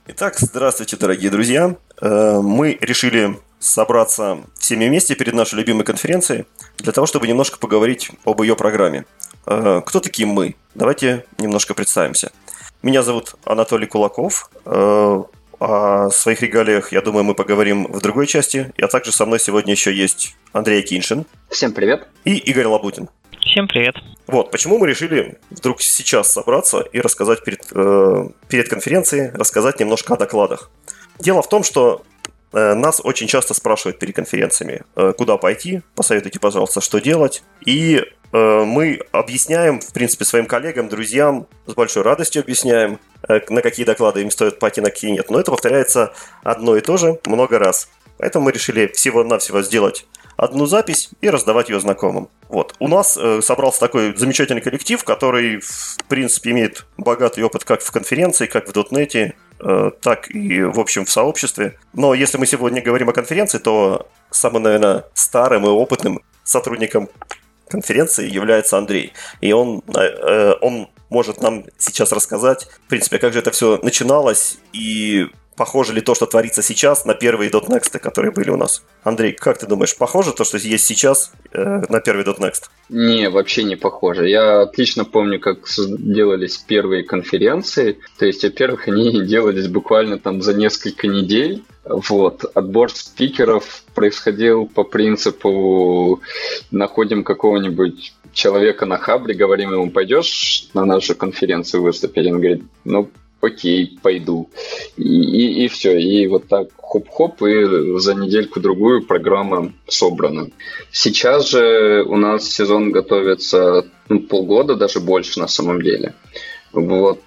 Итак, здравствуйте, дорогие друзья. Мы решили собраться всеми вместе перед нашей любимой конференцией для того, чтобы немножко поговорить об ее программе. Кто такие мы? Давайте немножко представимся. Меня зовут Анатолий Кулаков. О своих регалиях, я думаю, мы поговорим в другой части. А также со мной сегодня еще есть Андрей Акиньшин. Всем привет. И Игорь Лабутин. Всем привет. Вот, почему мы решили вдруг сейчас собраться и рассказать перед конференцией, рассказать немножко о докладах. Дело в том, что нас очень часто спрашивают перед конференциями, куда пойти, посоветуйте, пожалуйста, что делать. И мы объясняем, в принципе, своим коллегам, друзьям, с большой радостью объясняем, на какие доклады им стоит пойти, на какие нет. Но это повторяется одно и то же много раз. Поэтому мы решили всего-навсего сделать одну запись и раздавать ее знакомым. Вот. У нас собрался такой замечательный коллектив, который, в принципе, имеет богатый опыт как в конференции, как в .NET, так и, в общем, в сообществе. Но если мы сегодня говорим о конференции, то самым, наверное, старым и опытным сотрудником конференции является Андрей. И он может нам сейчас рассказать, в принципе, как же это все начиналось и похоже ли то, что творится сейчас, на первые .next, которые были у нас? Андрей, как ты думаешь, похоже то, что есть сейчас, на первый .next? Не, вообще не похоже. Я отлично помню, как делались первые конференции. То есть, во-первых, они делались буквально там за несколько недель. Вот. Отбор спикеров происходил по принципу: находим какого-нибудь человека на хабре, говорим ему: пойдешь на нашу конференцию выступить? Он говорит: ну, окей, пойду. И все. И вот так хоп-хоп, и за недельку-другую программа собрана. Сейчас же у нас сезон готовится полгода, даже больше на самом деле. Вот.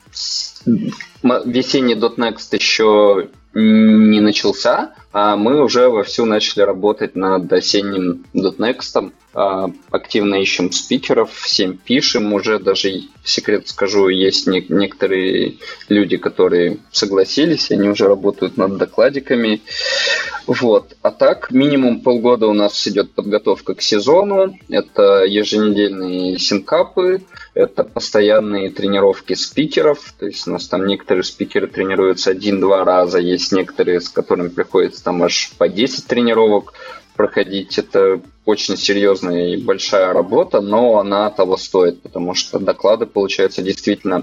Весенний .next еще не начался, а мы уже вовсю начали работать над осенним .next. Активно ищем спикеров, всем пишем. Уже даже, секрет скажу, есть некоторые люди, которые согласились, они уже работают над докладиками. Вот. А так, минимум полгода у нас идет подготовка к сезону. Это еженедельные синкапы, это постоянные тренировки спикеров. То есть у нас там некоторые спикеры тренируются 1-2 раза, есть некоторые, с которыми приходится там аж по 10 тренировок проходить. Это очень серьезная и большая работа, но она того стоит, потому что доклады получаются действительно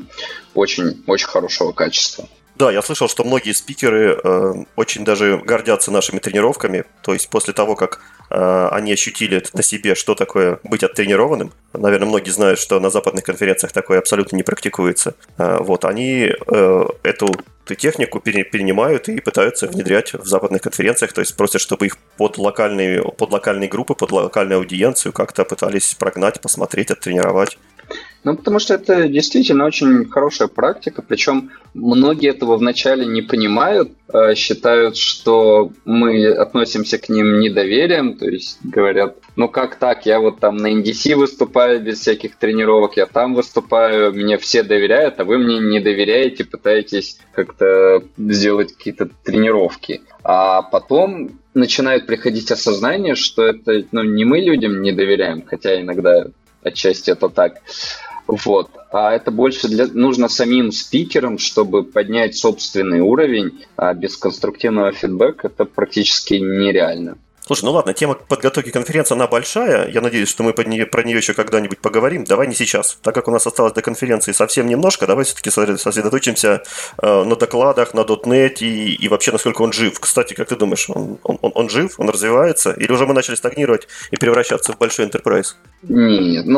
очень хорошего качества. Да, я слышал, что многие спикеры очень даже гордятся нашими тренировками. То есть после того, как они ощутили на себе, что такое быть оттренированным, наверное, многие знают, что на западных конференциях такое абсолютно не практикуется. Вот, они эту технику перенимают и пытаются внедрять в западных конференциях, то есть просят, чтобы их под локальные группы, под локальную аудиенцию как-то пытались прогнать, посмотреть, оттренировать. Ну, потому что это действительно очень хорошая практика, причем многие этого вначале не понимают, считают, что мы относимся к ним недоверием, то есть говорят: ну как так, я вот там на NDC выступаю без всяких тренировок, я там выступаю, мне все доверяют, а вы мне не доверяете, пытаетесь как-то сделать какие-то тренировки. А потом начинает приходить осознание, что это не мы людям не доверяем, хотя иногда отчасти это так. Вот. А это больше нужно самим спикерам, чтобы поднять собственный уровень, а без конструктивного фидбэка это практически нереально. Слушай, ну ладно, тема подготовки конференции, она большая. Я надеюсь, что мы про нее еще когда-нибудь поговорим. Давай не сейчас. Так как у нас осталось до конференции совсем немножко, давай все-таки сосредоточимся на докладах, на .NET и вообще, насколько он жив. Кстати, как ты думаешь, он жив, он развивается? Или уже мы начали стагнировать и превращаться в большой enterprise? Нет,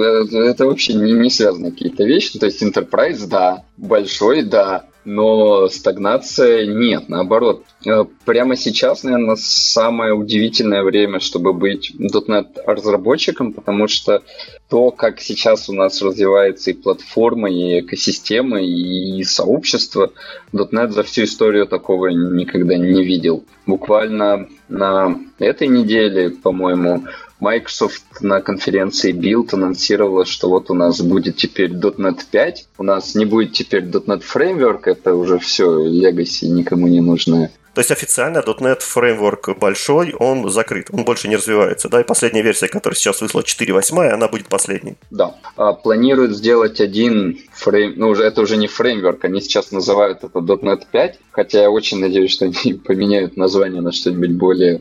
это вообще не связаны какие-то вещи. То есть enterprise, да, большой, да. Но стагнация нет, наоборот. Прямо сейчас, наверное, самое удивительное время, чтобы быть .NET-разработчиком, потому что то, как сейчас у нас развивается и платформа, и экосистема, и сообщество, .NET за всю историю такого никогда не видел. Буквально на этой неделе, по-моему, Microsoft на конференции Build анонсировала, что вот у нас будет теперь .NET 5, у нас не будет теперь .NET Framework, это уже все legacy, никому не нужное. То есть официально .NET фреймворк большой, он закрыт, он больше не развивается, да, и последняя версия, которая сейчас вышла 4.8, она будет последней. Да. Планируют сделать один это уже не фреймворк, они сейчас называют это .NET 5, хотя я очень надеюсь, что они поменяют название на что-нибудь более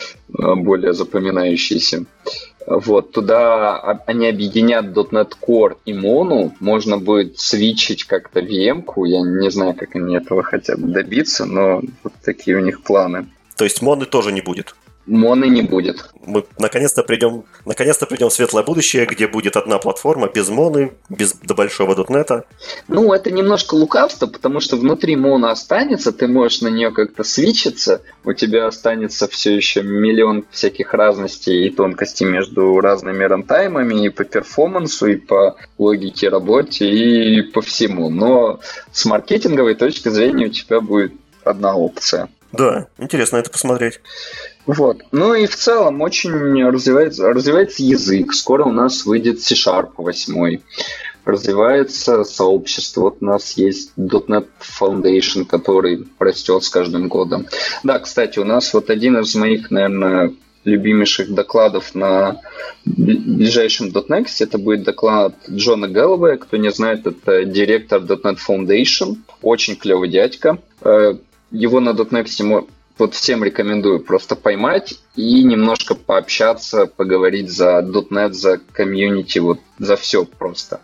запоминающееся. Вот, туда они объединят .NET Core и Mono, можно будет свитчить как-то VM-ку, я не знаю, как они этого хотят добиться, но вот такие у них планы. То есть Mono тоже не будет? Моны не будет. Мы наконец-то придем в светлое будущее, где будет одна платформа без моны, без до большого .NET. Это немножко лукавство, потому что внутри моно останется, ты можешь на нее как-то свитчиться, у тебя останется все еще миллион всяких разностей и тонкостей между разными рантаймами и по перформансу, и по логике работы, и по всему. Но с маркетинговой точки зрения у тебя будет одна опция. Да, интересно это посмотреть. Вот. И в целом очень развивается язык. Скоро у нас выйдет C# 8. Развивается сообщество. Вот у нас есть .NET Foundation, который растет с каждым годом. Да, кстати, у нас вот один из моих, наверное, любимейших докладов на ближайшем .next, это будет доклад Джона Гэллоуэя. Кто не знает, это директор .NET Foundation. Очень клевый дядька. Его на .next вот всем рекомендую просто поймать и немножко пообщаться, поговорить за .NET, за комьюнити, вот за все просто.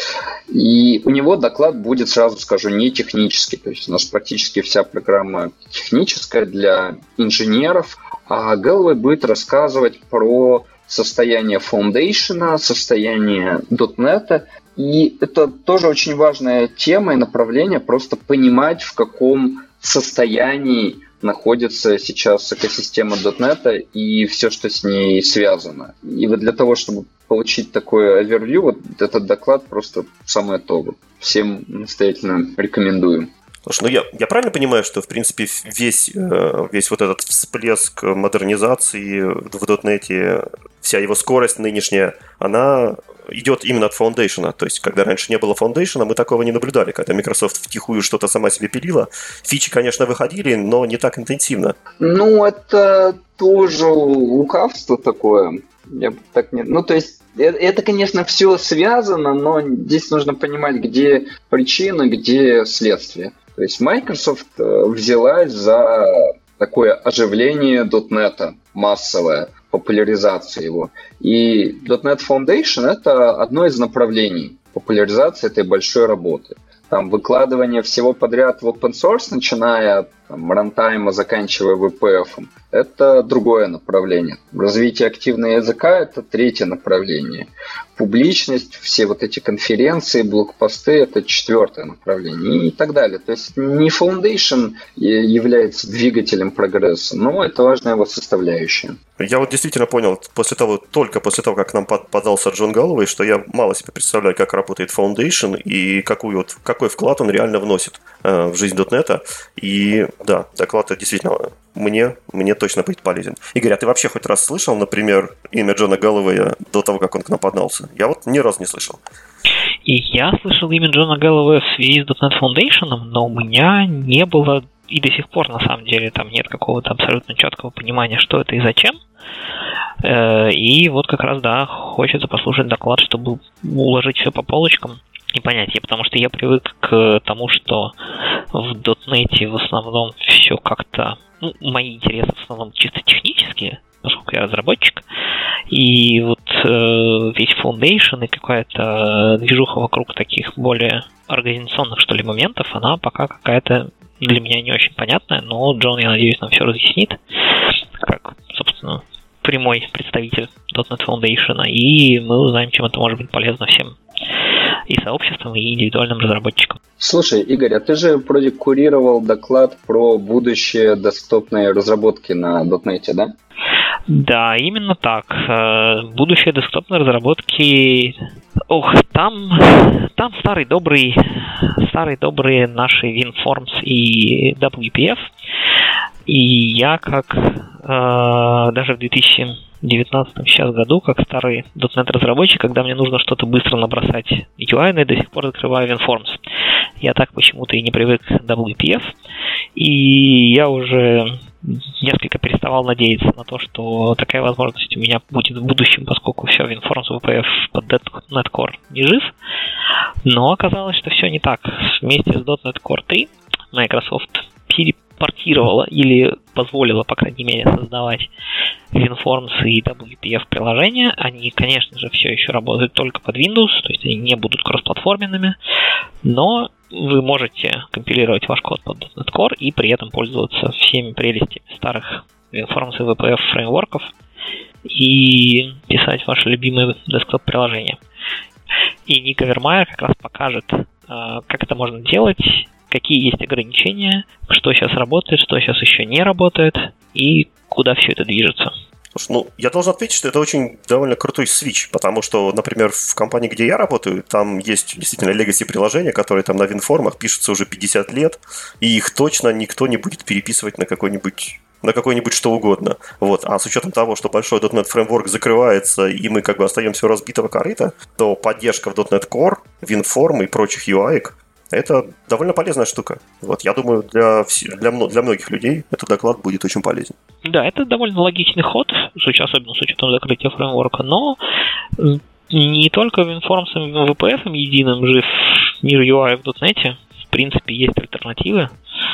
И у него доклад будет, сразу скажу, не технический. То есть у нас практически вся программа техническая для инженеров, а Гэллоуэй будет рассказывать про состояние Foundation, состояние .NET. И это тоже очень важная тема и направление, просто понимать, в каком состоянии находится сейчас экосистема .NET и все, что с ней связано. И вот для того, чтобы получить такое овервью, вот этот доклад просто самое то. Всем настоятельно рекомендую. Слушай, я правильно понимаю, что, в принципе, весь вот этот всплеск модернизации в .NET, вся его скорость нынешняя, она идет именно от Foundation. То есть, когда раньше не было Foundation, мы такого не наблюдали. Когда Microsoft втихую что-то сама себе пилила, фичи, конечно, выходили, но не так интенсивно. Это тоже лукавство такое. Я бы так не... то есть, это, конечно, все связано, но здесь нужно понимать, где причина, где следствие. То есть Microsoft взялась за такое оживление .NET массовое, популяризацию его. И .NET Foundation — это одно из направлений популяризации этой большой работы. Там выкладывание всего подряд в open source, начиная от рантайма, заканчивая WPF, это другое направление. Развитие активного языка — это третье направление. Публичность, все вот эти конференции, блогпосты — это четвертое направление и так далее. То есть не Foundation является двигателем прогресса, но это важная его составляющая. Я вот действительно понял только после того, как к нам подался Джон Гэллоуэй, что я мало себе представляю, как работает Foundation и какой вклад он реально вносит в жизнь .NET. И да, доклад действительно мне точно будет полезен. Игорь, а ты вообще хоть раз слышал, например, имя Джона Гэллоуэя до того, как он к нам поднялся? Я вот ни разу не слышал. И я слышал имя Джона Гэллоуэя в связи с .NET Foundation, но у меня не было, и до сих пор, на самом деле, там нет какого-то абсолютно четкого понимания, что это и зачем. И вот как раз, да, хочется послушать доклад, чтобы уложить все по полочкам и понять. Потому что я привык к тому, что в .NET в основном все как-то... мои интересы в основном чисто технические, поскольку я разработчик. И вот весь Foundation и какая-то движуха вокруг таких более организационных, что ли, моментов, она пока какая-то для меня не очень понятная, но Джон, я надеюсь, нам все разъяснит, как, собственно, прямой представитель .NET Foundation, и мы узнаем, чем это может быть полезно всем. И сообществам, и индивидуальным разработчикам. Слушай, Игорь, а ты же вроде курировал доклад про будущее десктопной разработки на .NET, да? Да, именно так. Будущее десктопной разработки... Там старые добрые наши WinForms и WPF. И я даже в 2019 сейчас году, как старый .NET разработчик, когда мне нужно что-то быстро набросать UI, я до сих пор закрываю WinForms. Я так почему-то и не привык к WPF. И я уже несколько переставал надеяться на то, что такая возможность у меня будет в будущем, поскольку все, WinForms VPF под .NET Core не жив. Но оказалось, что все не так. Вместе с .NET Core 3 Microsoft перепортировала или позволила, по крайней мере, создавать WinForms и WPF приложения. Они, конечно же, все еще работают только под Windows, то есть они не будут кроссплатформенными, но вы можете компилировать ваш код под .NET Core и при этом пользоваться всеми прелестями старых WinForms и WPF фреймворков и писать ваши любимые десктоп-приложения. И Ник Авермайер как раз покажет, как это можно делать, какие есть ограничения, что сейчас работает, что сейчас еще не работает и куда все это движется. Слушай, я должен ответить, что это очень довольно крутой свитч, потому что, например, в компании, где я работаю, там есть действительно legacy-приложения, которые там на WinForm'ах пишутся уже 50 лет, и их точно никто не будет переписывать на какой-нибудь что угодно. Вот. А с учетом того, что большой .NET фреймворк закрывается, и мы как бы остаемся у разбитого корыта, то поддержка в .NET Core, WinForm и прочих UI-ок это довольно полезная штука. Вот, я думаю, для многих людей этот доклад будет очень полезен. Да, это довольно логичный ход, особенно с учетом закрытия фреймворка, но не только WinForms и WPF единым жив мир UI в .NET. В принципе, есть альтернативы.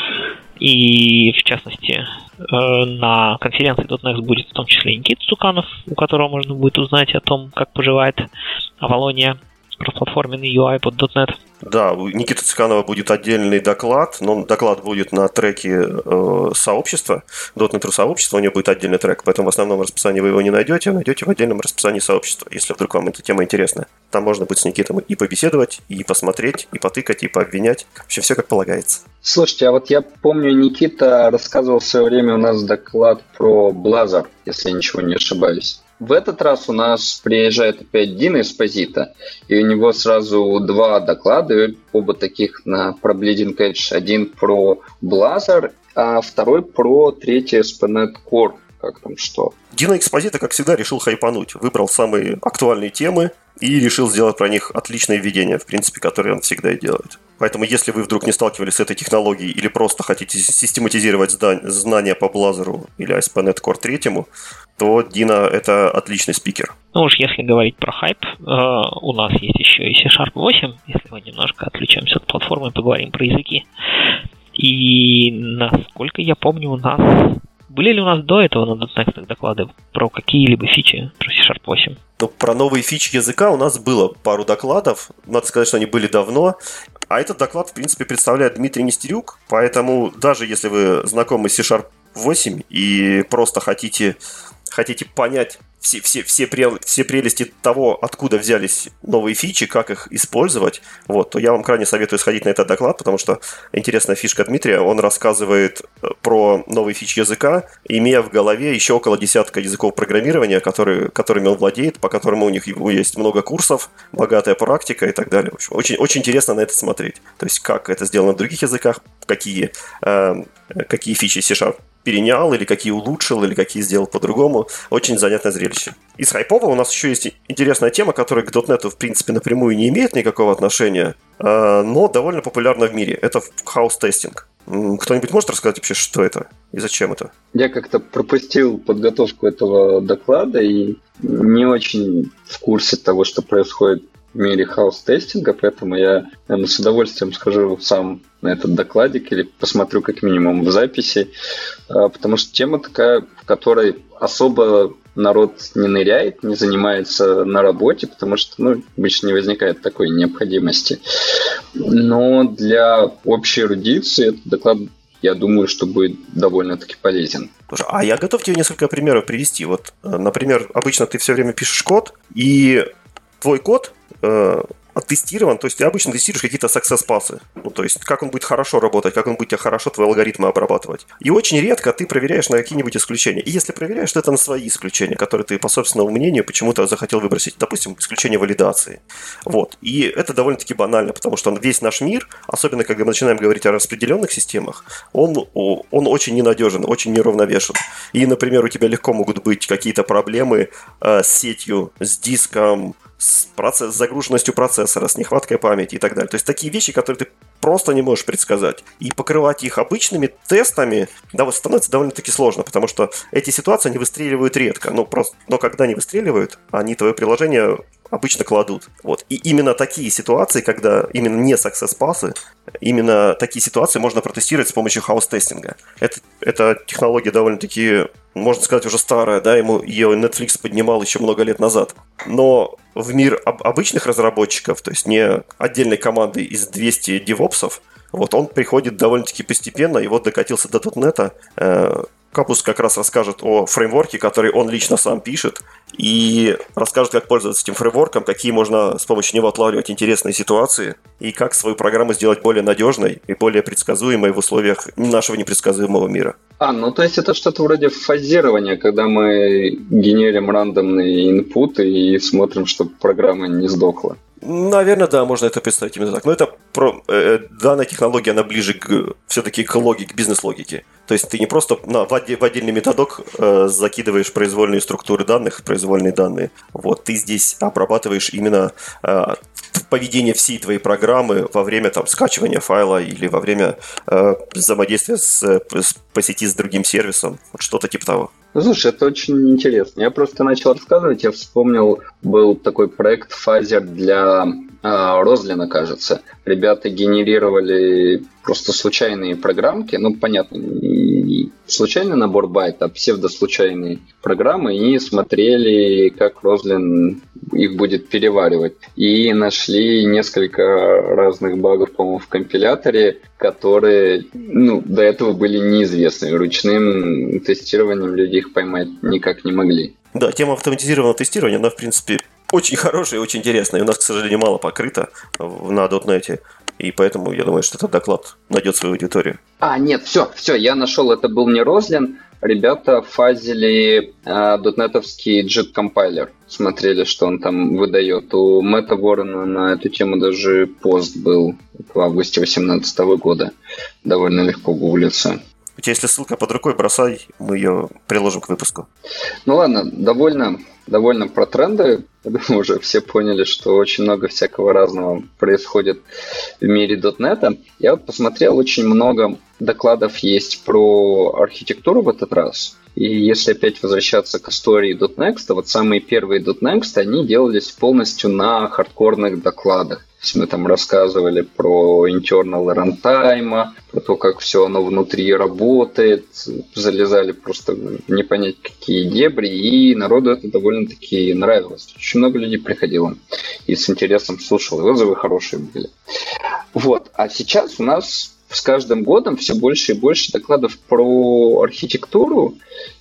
И, в частности, на конференции .NET будет в том числе и Никита Цуканов, у которого можно будет узнать о том, как поживает Авалония, кроссплатформенный UI под .NET. Да, у Никиты Цуканова будет отдельный доклад, но доклад будет на треке сообщества, .NET сообщества, у него будет отдельный трек, поэтому в основном расписании вы его не найдете в отдельном расписании сообщества, если вдруг вам эта тема интересна. Там можно будет с Никитой и побеседовать, и посмотреть, и потыкать, и пообвинять. В общем, все как полагается. Слушайте, а вот я помню, Никита рассказывал в свое время у нас доклад про Blazor, если я ничего не ошибаюсь. В этот раз у нас приезжает опять Дина Эспозито, и у него сразу два доклада, оба таких про Bleeding Edge. Один про Blazor, а второй про третий ASP.NET Core. Как там что? Дина Эспозито, как всегда, решил хайпануть. Выбрал самые актуальные темы и решил сделать про них отличное введение, в принципе, которое он всегда и делает. Поэтому, если вы вдруг не сталкивались с этой технологией или просто хотите систематизировать знания по Blazor или ASP.NET Core 3, то Дина – это отличный спикер. Ну уж если говорить про хайп, у нас есть еще и C# 8, если мы немножко отвлечемся от платформы и поговорим про языки. И, насколько я помню, были ли у нас до этого на .NET доклады про какие-либо фичи про C# 8? Ну, про новые фичи языка у нас было пару докладов. Надо сказать, что они были давно. А этот доклад, в принципе, представляет Дмитрий Нестерюк. Поэтому даже если вы знакомы с C# 8 и просто хотите понять все прелести того, откуда взялись новые фичи, как их использовать, то я вам крайне советую сходить на этот доклад, потому что интересная фишка Дмитрия, он рассказывает про новые фичи языка, имея в голове еще около десятка языков программирования, которыми он владеет, по которым у них есть много курсов, богатая практика и так далее. В общем, очень, очень интересно на это смотреть. То есть, как это сделано в других языках, какие фичи C# перенял, или какие улучшил, или какие сделал по-другому. Очень занятное зрелище. Из хайпового у нас еще есть интересная тема, которая к .NET, в принципе, напрямую не имеет никакого отношения, но довольно популярна в мире. Это хаус-тестинг. Кто-нибудь может рассказать вообще, что это и зачем это? Я как-то пропустил подготовку этого доклада и не очень в курсе того, что происходит в мире хаус-тестинга, поэтому я, наверное, с удовольствием схожу сам на этот докладик или посмотрю как минимум в записи, потому что тема такая, в которой особо народ не ныряет, не занимается на работе, потому что, обычно не возникает такой необходимости. Но для общей эрудиции этот доклад, я думаю, что будет довольно-таки полезен. Слушай, а я готов тебе несколько примеров привести. Вот, например, обычно ты все время пишешь код, и твой код оттестирован, то есть ты обычно тестируешь какие-то success-пасы, то есть как он будет хорошо работать, как он будет хорошо твои алгоритмы обрабатывать. И очень редко ты проверяешь на какие-нибудь исключения. И если проверяешь, то это на свои исключения, которые ты по собственному мнению почему-то захотел выбросить. Допустим, исключение валидации. И это довольно-таки банально, потому что весь наш мир, особенно когда мы начинаем говорить о распределенных системах, он очень ненадежен, очень неравновешен. И, например, у тебя легко могут быть какие-то проблемы с сетью, с диском, с загруженностью процессора, с нехваткой памяти и так далее. То есть такие вещи, которые ты просто не можешь предсказать. И покрывать их обычными тестами становится довольно-таки сложно, потому что эти ситуации, они выстреливают редко. Но когда они выстреливают, они твое приложение обычно кладут. Вот. И именно такие ситуации, когда именно не success-пасы, именно такие ситуации можно протестировать с помощью хаус-тестинга. Эта технология довольно-таки, можно сказать, уже старая, да, ее Netflix поднимал еще много лет назад. Но в мир обычных разработчиков, то есть не отдельной команды из 200 девопсов, вот он приходит довольно-таки постепенно, и вот докатился до .NET. Капус как раз расскажет о фреймворке, который он лично сам пишет, и расскажет, как пользоваться этим фреймворком, какие можно с помощью него отлавливать интересные ситуации, и как свою программу сделать более надежной и более предсказуемой в условиях нашего непредсказуемого мира. То есть это что-то вроде фазирования, когда мы генерим рандомные инпуты и смотрим, чтобы программа не сдохла. Наверное, да, можно это представить именно так. Но данная технология, она ближе все-таки к логике, к бизнес-логике. То есть ты не просто в отдельный методок закидываешь произвольные структуры данных, произвольные данные. Вот, ты здесь обрабатываешь именно поведение всей твоей программы во время скачивания файла или во время взаимодействия по сети с другим сервисом. Вот что-то типа того. Слушай, это очень интересно. Я просто начал рассказывать, я вспомнил, был такой проект Phaser для Розлина, кажется. Ребята генерировали просто случайные программки, понятно, не случайный набор байт, а псевдослучайные программы, и смотрели, как Розлин их будет переваривать. И нашли несколько разных багов, по-моему, в компиляторе, которые, до этого были неизвестны. Ручным тестированием люди их поймать никак не могли. Да, тема автоматизированного тестирования, она, в принципе, очень хорошая и очень интересная. И у нас, к сожалению, мало покрыто на .NET. И поэтому я думаю, что этот доклад найдет свою аудиторию. Нет, все, я нашел, это был не Розлин. Ребята фазили .NET-овский JIT-компайлер. Смотрели, что он там выдает. У Мэтта Ворона на эту тему даже пост был в августе 2018 года. Довольно легко гуглится. У тебя, если ссылка под рукой, бросай, мы ее приложим к выпуску. Ладно, довольно про тренды. Я думаю, уже все поняли, что очень много всякого разного происходит в мире .NET. Я посмотрел, очень много докладов есть про архитектуру в этот раз. И если опять возвращаться к истории .next, то вот самые первые .next, они делались полностью на хардкорных докладах. То есть мы там рассказывали про internal runtime, про то, как все оно внутри работает, залезали просто в не понять какие дебри, и народу это довольно-таки нравилось. Очень много людей приходило и с интересом слушало, и отзывы хорошие были. Вот, а сейчас у нас с каждым годом все больше и больше докладов про архитектуру,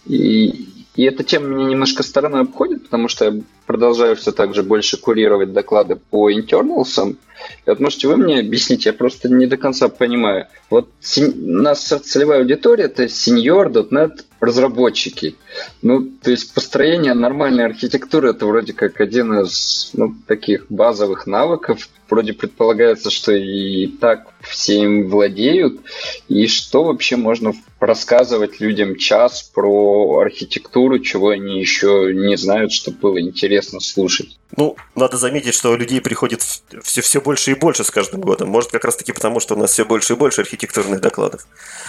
и эта тема меня немножко стороной обходит, потому что я продолжаю все так же больше курировать доклады по internals'ам. И вот можете вы мне объяснить, я просто не до конца понимаю. Вот у нас целевая аудитория – это сеньор .NET разработчики. То есть построение нормальной архитектуры – это вроде как один из таких базовых навыков. Вроде предполагается, что и так все им владеют. И что вообще можно рассказывать людям час про архитектуру, чего они еще не знают, что было интересно слушать? Надо заметить, что людей приходит все больше и больше с каждым годом. Может, как раз-таки потому, что у нас все больше и больше архитектурных докладов.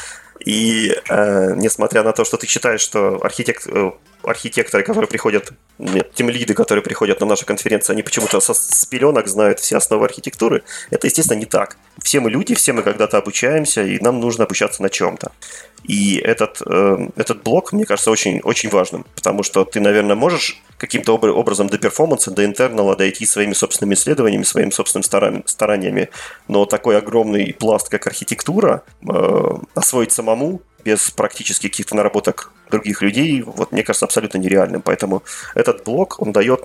И несмотря на то, что ты считаешь, что архитекторы, которые приходят, тимлиды, которые приходят на наши конференции, они почему-то с пеленок знают все основы архитектуры, это, естественно, не так. Все мы люди, все мы когда-то обучаемся, и нам нужно обучаться на чем-то. И этот блок, мне кажется, очень, очень важным, потому что ты, наверное, можешь каким-то образом до перформанса, до интернала дойти своими собственными исследованиями, своими собственными стараниями, но такой огромный пласт, как архитектура, освоить самому без практически каких-то наработок других людей, вот, мне кажется, абсолютно нереальным. Поэтому этот блок, он дает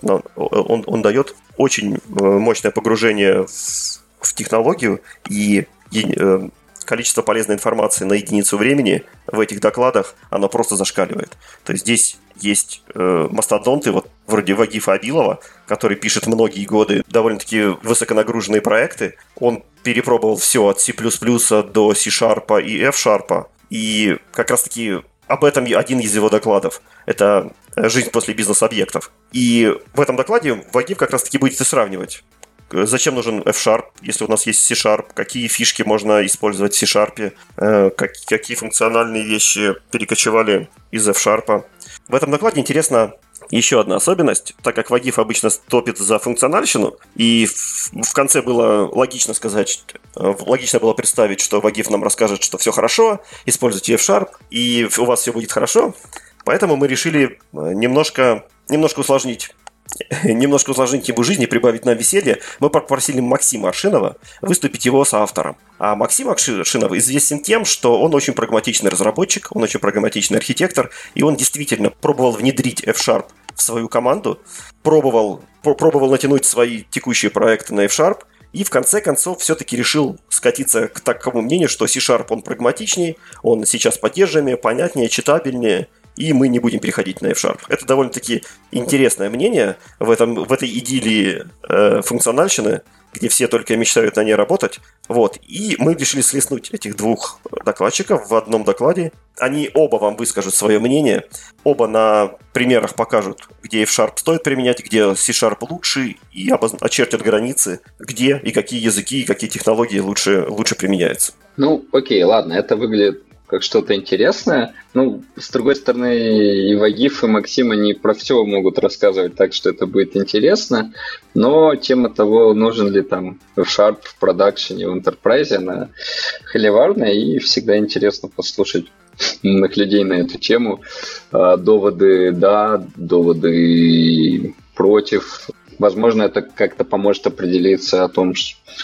очень мощное погружение в технологию, и количество полезной информации на единицу времени в этих докладах, оно просто зашкаливает. То есть здесь есть мастодонты, вот вроде Вагифа Абилова, который пишет многие годы довольно-таки высоконагруженные проекты. Он перепробовал все от C++ до C# и F#. И как раз-таки об этом один из его докладов. Это «Жизнь после бизнес-объектов». И в этом докладе Вагиф как раз-таки будет и сравнивать зачем нужен F-Sharp, если у нас есть C-Sharp, какие фишки можно использовать в C-Sharp, какие функциональные вещи перекочевали из F-Sharp. В этом докладе интересно еще одна особенность, так как Вагиф обычно топит за функциональщину, и в конце было логично было представить, что Вагиф нам расскажет, что все хорошо, используйте F-Sharp, и у вас все будет хорошо. Поэтому мы решили немножко усложнить ему жизнь и прибавить нам веселье. Мы попросили Максима Аршинова выступить его соавтором. А Максим Аршинов известен тем, что он очень прагматичный разработчик, он очень прагматичный архитектор, и он действительно пробовал внедрить F-Sharp в свою команду, пробовал натянуть свои текущие проекты на F-Sharp, и в конце концов все-таки решил скатиться к такому мнению, что C-Sharp он прагматичней, он сейчас поддерживаемее, понятнее, читабельнее, и мы не будем переходить на F-Sharp. Это довольно-таки интересное мнение в этой идиллии функциональщины, где все только мечтают на ней работать. Вот. И мы решили слеснуть этих двух докладчиков в одном докладе. Они оба вам выскажут свое мнение, оба на примерах покажут, где F-Sharp стоит применять, где C-Sharp лучше, и очертят границы, где и какие языки, и какие технологии лучше применяются. Ну, окей, ладно, это выглядит как что-то интересное. Ну, с другой стороны, и Вагиф, и Максим, они про все могут рассказывать так, что это будет интересно, но тема того, нужен ли там F-Sharp в продакшене, в Enterprise, она холиварная, и всегда интересно послушать умных людей на эту тему. Доводы «да», доводы «против». Возможно, это как-то поможет определиться о том,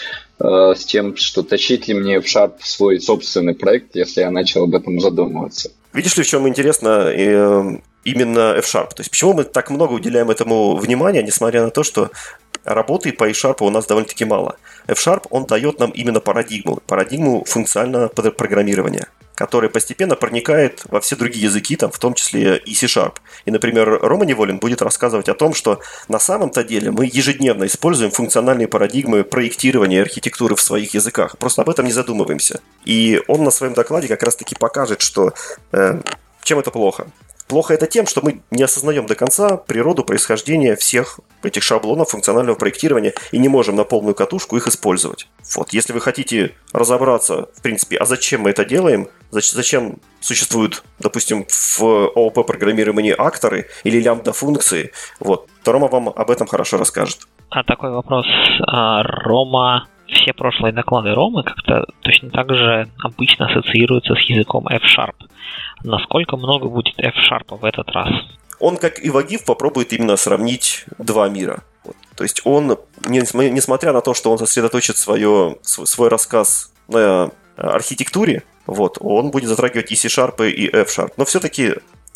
с тем, что тащить ли мне F-Sharp в свой собственный проект, если я начал об этом задумываться. Видишь ли, в чем интересно именно F-Sharp? То есть почему мы так много уделяем этому внимания, несмотря на то, что работы по F-Sharp у нас довольно-таки мало. F-Sharp, он дает нам именно парадигму функционального программирования, который постепенно проникает во все другие языки, там, в том числе и C-Sharp. И, например, Рома Неволин будет рассказывать о том, что на самом-то деле мы ежедневно используем функциональные парадигмы проектирования и архитектуры в своих языках. Просто об этом не задумываемся. И он на своем докладе как раз-таки покажет, что чем это плохо. Плохо это тем, что мы не осознаем до конца природу происхождения всех этих шаблонов функционального проектирования и не можем на полную катушку их использовать. Вот, если вы хотите разобраться, в принципе, а зачем мы это делаем, зачем существуют, допустим, в ООП-программировании акторы или лямбда-функции, вот, то Рома вам об этом хорошо расскажет. А такой вопрос. Рома, все прошлые доклады Ромы как-то точно так же обычно ассоциируются с языком F-Sharp. Насколько много будет F-Sharp в этот раз? Он, как и Вагиф, попробует именно сравнить два мира. Вот. То есть он, несмотря на то, что он сосредоточит свой рассказ на архитектуре, вот, он будет затрагивать и C-Sharp, и F-Sharp. Но все-таки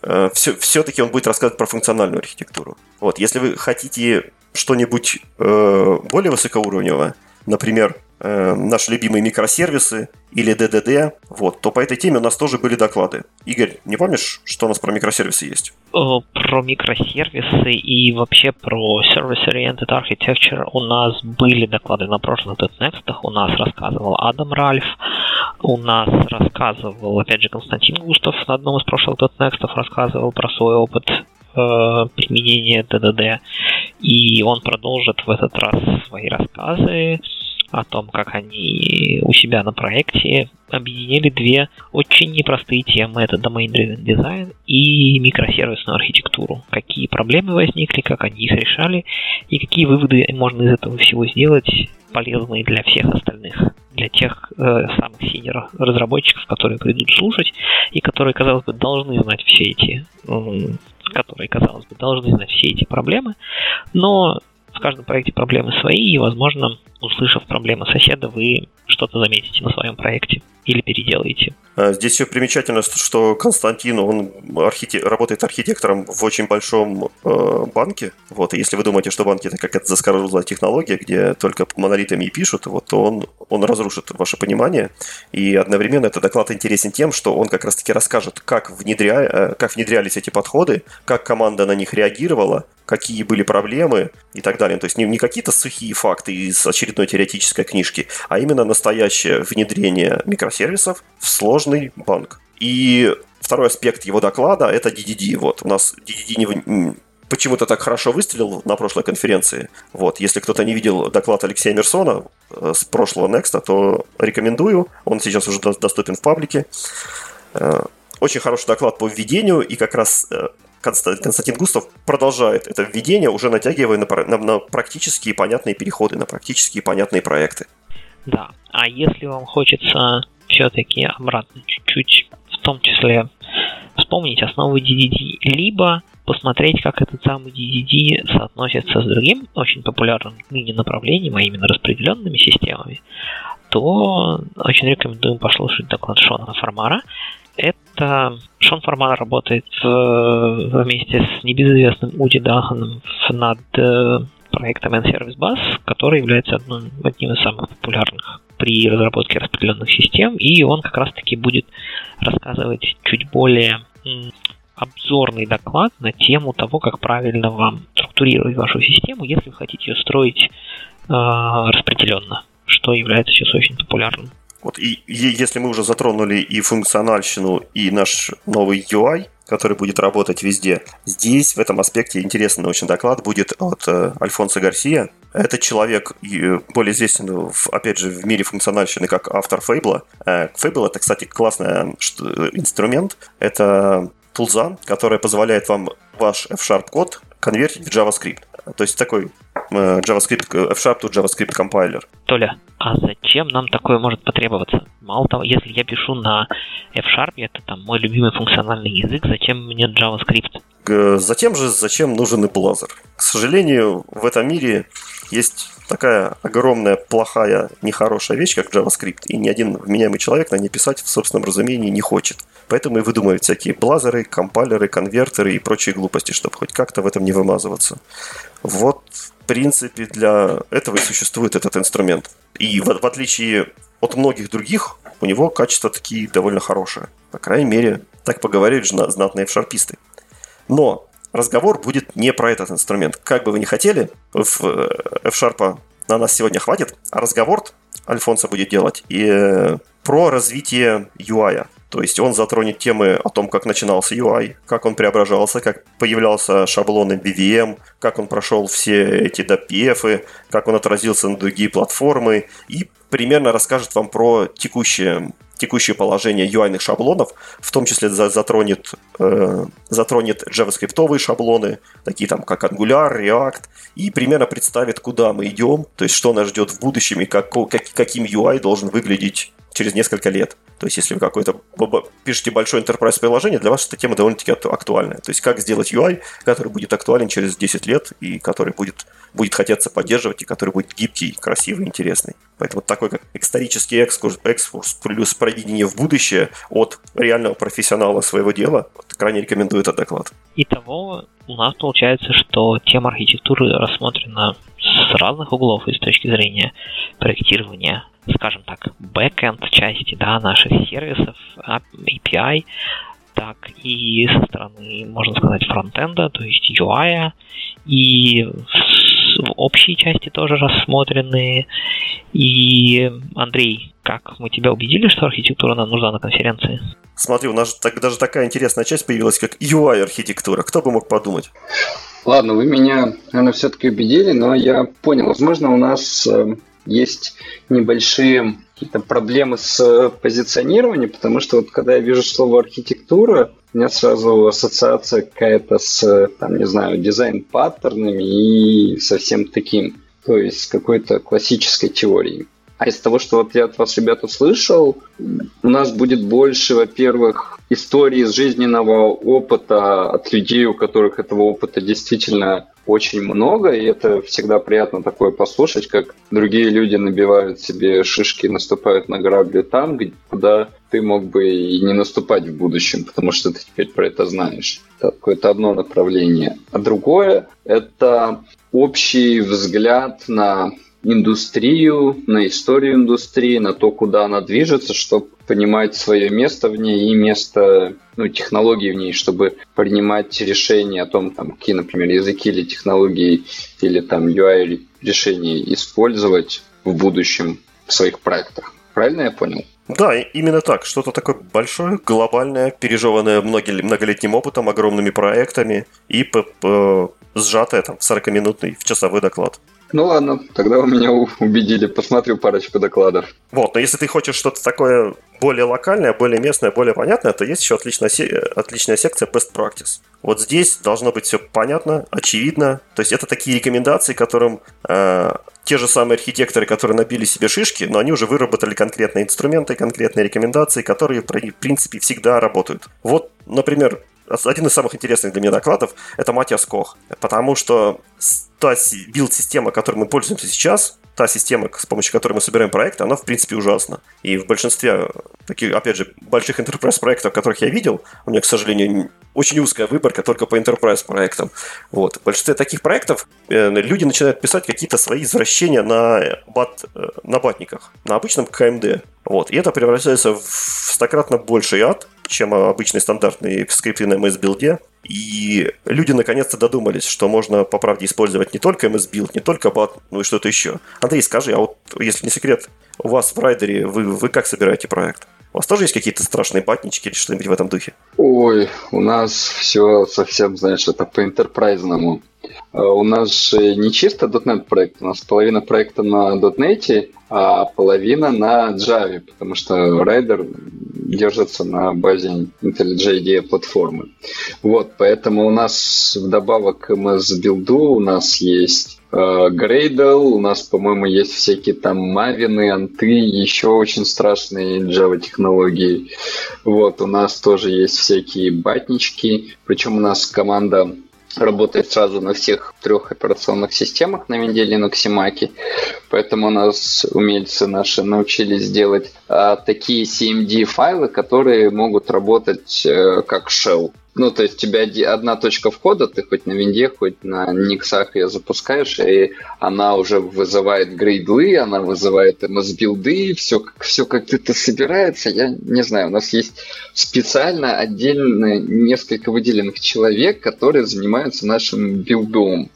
он будет рассказывать про функциональную архитектуру. Вот. Если вы хотите что-нибудь более высокоуровневое, например, наши любимые микросервисы или DDD, вот, то по этой теме у нас тоже были доклады. Игорь, не помнишь, что у нас про микросервисы есть? Про микросервисы и вообще про Service-Oriented Architecture у нас были доклады на прошлых .NEXT. У нас рассказывал Адам Ральф, у нас рассказывал, опять же, Константин Густав на одном из прошлых .NEXT рассказывал про свой опыт применения DDD. И он продолжит в этот раз свои рассказы о том, как они у себя на проекте объединили две очень непростые темы. Это Domain-Driven Design и микросервисную архитектуру. Какие проблемы возникли, как они их решали, и какие выводы можно из этого всего сделать, полезные для всех остальных, для тех самых синьор разработчиков, которые придут слушать, и которые, казалось бы, должны знать все эти проблемы, но в каждом проекте проблемы свои, и, возможно, услышав проблемы соседа, вы что-то заметите на своем проекте или переделаете. Здесь все примечательно, что Константин, он работает архитектором в очень большом банке. Вот, и если вы думаете, что банки это какая-то заскорузлая технология, где только монолитами и пишут, вот, то он разрушит ваше понимание. И одновременно этот доклад интересен тем, что он как раз-таки расскажет, как внедрялись эти подходы, как команда на них реагировала, какие были проблемы и так далее. То есть не какие-то сухие факты из очередной теоретической книжки, а именно настоящее внедрение микросервисов в сложный банк. И второй аспект его доклада – это DDD. Вот, у нас DDD почему-то так хорошо выстрелил на прошлой конференции. Вот, если кто-то не видел доклад Алексея Мерсона с прошлого Next, то рекомендую. Он сейчас уже доступен в паблике. Очень хороший доклад по введению, и как раз Константин Густав продолжает это введение, уже натягивая на практические понятные переходы, на практические понятные проекты. Да, а если вам хочется все-таки обратно чуть-чуть, в том числе вспомнить основы DDD, либо посмотреть, как этот самый DDD соотносится с другим очень популярным ныне направлением, а именно распределенными системами, то очень рекомендуем послушать доклад Шона Фармара. Это Шон Фармар работает вместе с небезызвестным Уди Даханом над проектом N-Service Bus, который является одним из самых популярных при разработке распределенных систем, и он как раз-таки будет рассказывать чуть более обзорный доклад на тему того, как правильно вам структурировать вашу систему, если вы хотите ее строить распределенно, что является сейчас очень популярным. Вот, и если мы уже затронули и функциональщину, и наш новый UI, который будет работать везде, здесь в этом аспекте интересный научный доклад будет от Альфонсо Гарсия. Этот человек более известен, опять же, в мире функциональщины как автор Fable. Fable — это, кстати, классный инструмент. Это тулза, которая позволяет вам ваш F-Sharp код конвертить в JavaScript. То есть такой JavaScript, F-Sharp to JavaScript компайлер. Толя, а зачем нам такое может потребоваться? Мало того, если я пишу на F-Sharp, это там мой любимый функциональный язык, зачем мне JavaScript? Затем же, зачем нужен и Blazor? К сожалению, в этом мире есть такая огромная, плохая, нехорошая вещь, как JavaScript, и ни один вменяемый человек на ней писать в собственном разумении не хочет. Поэтому и выдумывают всякие блазеры, компайлеры, конвертеры и прочие глупости, чтобы хоть как-то в этом не вымазываться. Вот, в принципе, для этого и существует этот инструмент. И в отличие от многих других, у него качества такие довольно хорошие. По крайней мере, так поговорили знатные фшарписты. Но разговор будет не про этот инструмент. Как бы вы ни хотели, F-Sharp на нас сегодня хватит, а разговор Альфонсо будет делать и про развитие UI. То есть он затронет темы о том, как начинался UI, как он преображался, как появлялся шаблон MVVM, как он прошел все эти DPF, как он отразился на другие платформы, и примерно расскажет вам про текущее положение UI-ных шаблонов, в том числе затронет JavaScript-овые шаблоны, такие там как Angular, React, и примерно представит, куда мы идем, то есть что нас ждет в будущем и каким UI должен выглядеть через несколько лет. То есть, если вы пишете большое enterprise приложение, для вас эта тема довольно-таки актуальная. То есть, как сделать UI, который будет актуален через 10 лет, и который будет хотеться поддерживать, и который будет гибкий, красивый, интересный. Поэтому такой как исторический экскурс плюс проведение в будущее от реального профессионала своего дела, крайне рекомендую этот доклад. Итого, у нас получается, что тема архитектуры рассмотрена с разных углов, и с точки зрения проектирования, скажем так, бэкэнд части, да, наших сервисов, API, так и со стороны, можно сказать, фронтенда, то есть UI, и в общей части тоже рассмотрены. И, Андрей, как мы тебя убедили, что архитектура нам нужна на конференции? Смотри, у нас даже такая интересная часть появилась, как UI-архитектура. Кто бы мог подумать? Ладно, вы меня, наверное, все-таки убедили, но я понял. Возможно, у нас есть небольшие какие-то проблемы с позиционированием, потому что вот когда я вижу слово архитектура, у меня сразу ассоциация какая-то с, там, не знаю, дизайн-паттернами и совсем таким, то есть с какой-то классической теорией. А из того, что вот я от вас, ребят, услышал, у нас будет больше, во-первых, истории из жизненного опыта от людей, у которых этого опыта действительно очень много, и это всегда приятно такое послушать, как другие люди набивают себе шишки, наступают на грабли там, куда ты мог бы и не наступать в будущем, потому что ты теперь про это знаешь. Это какое-то одно направление. А другое – это общий взгляд на индустрию, на историю индустрии, на то, куда она движется, чтобы понимать свое место в ней и место, технологий в ней, чтобы принимать решения о том, какие, например, языки или технологии или там UI решения использовать в будущем в своих проектах. Правильно я понял? Да, именно так. Что-то такое большое, глобальное, пережеванное многолетним опытом, огромными проектами и сжатое там, в 40-минутный, в часовой доклад. Ну ладно, тогда вы меня убедили, посмотрю парочку докладов. Вот, но если ты хочешь что-то такое более локальное, более местное, более понятное, то есть еще отличная секция Best Practice. Вот здесь должно быть все понятно, очевидно. То есть это такие рекомендации, которым те же самые архитекторы, которые набили себе шишки, но они уже выработали конкретные инструменты, конкретные рекомендации, которые, в принципе, всегда работают. Вот, например, один из самых интересных для меня докладов – это Матиас Кох, потому что та билд-система, которой мы пользуемся сейчас, та система, с помощью которой мы собираем проекты, она, в принципе, ужасна. И в большинстве таких, опять же, больших enterprise проектов, которых я видел, у меня, к сожалению, очень узкая выборка только по enterprise проектам. Вот. В большинстве таких проектов люди начинают писать какие-то свои извращения на батниках, на обычном КМД. Вот. И это превращается в стократно больший ад, чем обычный стандартный скрипты на MS-билде. И люди наконец-то додумались, что можно по правде использовать не только MS-билд, не только бат, но и что-то еще. Андрей, скажи, а вот если не секрет, у вас в райдере вы как собираете проект? У вас тоже есть какие-то страшные батнички или что-нибудь в этом духе? Ой, у нас все совсем, знаешь, это по-энтерпрайзному. У нас же не чисто .NET проект, у нас половина проекта на .NET, а половина на Java, потому что Rider держится на базе IntelliJ IDEA платформы. Вот, поэтому у нас вдобавок к MS-билду у нас есть Gradle, у нас, по-моему, есть всякие там мавины, анты, еще очень страшные Java технологии. Вот, у нас тоже есть всякие батнички, причем у нас команда работает сразу на всех 3 операционных системах на винде, Linux и Mac. Поэтому у нас умельцы наши научились делать такие CMD-файлы, которые могут работать как shell. Ну, то есть у тебя одна точка входа, ты хоть на винде, хоть на никсах ее запускаешь, и она уже вызывает грейдлы, она вызывает MS-билды, все как это собирается. Я не знаю, у нас есть специально отдельно несколько выделенных человек, которые занимаются нашим билдом.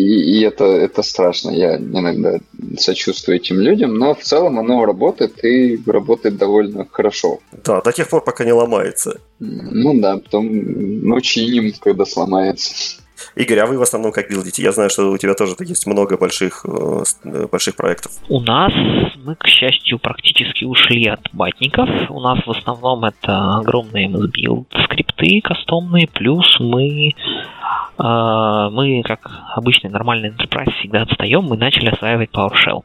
И это страшно. Я иногда сочувствую этим людям, но в целом оно работает и работает довольно хорошо. Да, до тех пор, пока не ломается. Ну да, потом чиним, когда сломается. Игорь, а вы в основном как билдите? Я знаю, что у тебя тоже есть много больших проектов. У нас мы, к счастью, практически ушли от батников. У нас в основном это огромные MS-билд скрипты кастомные, плюс мы, как обычный нормальный enterprise, всегда отстаем, мы начали осваивать PowerShell.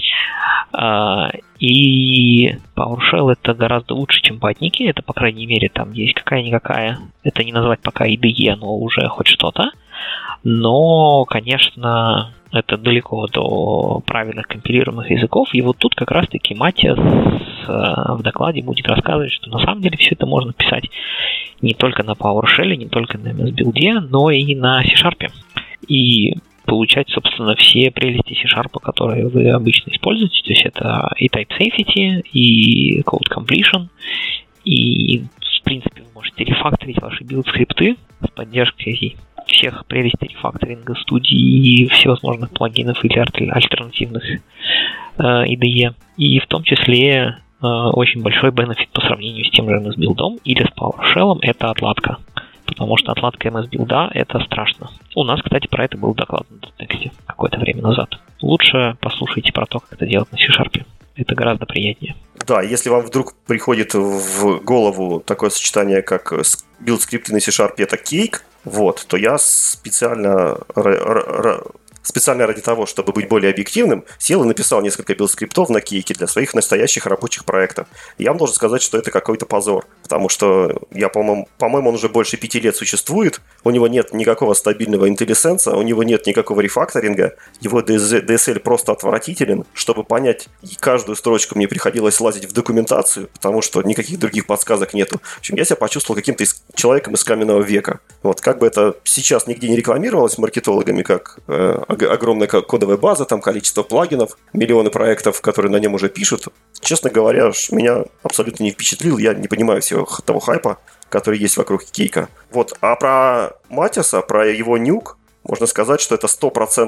И PowerShell это гораздо лучше, чем батники. Это, по крайней мере, там есть какая-никакая. Это не назвать пока IDE, но уже хоть что-то. Но, конечно, это далеко до правильных компилируемых языков. И вот тут как раз-таки Матиас в докладе будет рассказывать, что на самом деле все это можно писать не только на PowerShell, не только на MS-билде, но и на C#. И получать, собственно, все прелести C#, которые вы обычно используете. То есть это и type safety, и code completion, и, в принципе, вы можете рефакторить ваши билд-скрипты с поддержкой всех прелестей рефакторинга студии и всевозможных плагинов или альтернативных IDE. И в том числе очень большой бенефит по сравнению с тем же MS-билдом или с PowerShell — это отладка. Потому что отладка MS-билда — это страшно. У нас, кстати, про это был доклад на тексте какое-то время назад. Лучше послушайте про то, как это делать на C#. Это гораздо приятнее. Да, если вам вдруг приходит в голову такое сочетание, как билд-скрипты на C# это кейк, вот, то я специально ради того, чтобы быть более объективным, сел и написал несколько билд-скриптов на кейке для своих настоящих рабочих проектов. И я вам должен сказать, что это какой-то позор, потому что по-моему, он уже больше 5 лет существует, у него нет никакого стабильного IntelliSense, у него нет никакого рефакторинга, его DSL просто отвратителен. Чтобы понять каждую строчку, мне приходилось лазить в документацию, потому что никаких других подсказок нету. В общем, я себя почувствовал каким-то человеком из каменного века. Вот, как бы это сейчас нигде не рекламировалось маркетологами, как огромная кодовая база, там количество плагинов, миллионы проектов, которые на нем уже пишут. Честно говоря, меня абсолютно не впечатлил. Я не понимаю всего того хайпа, который есть вокруг кейка. Вот. А про Матиаса, про его нюк, можно сказать, что это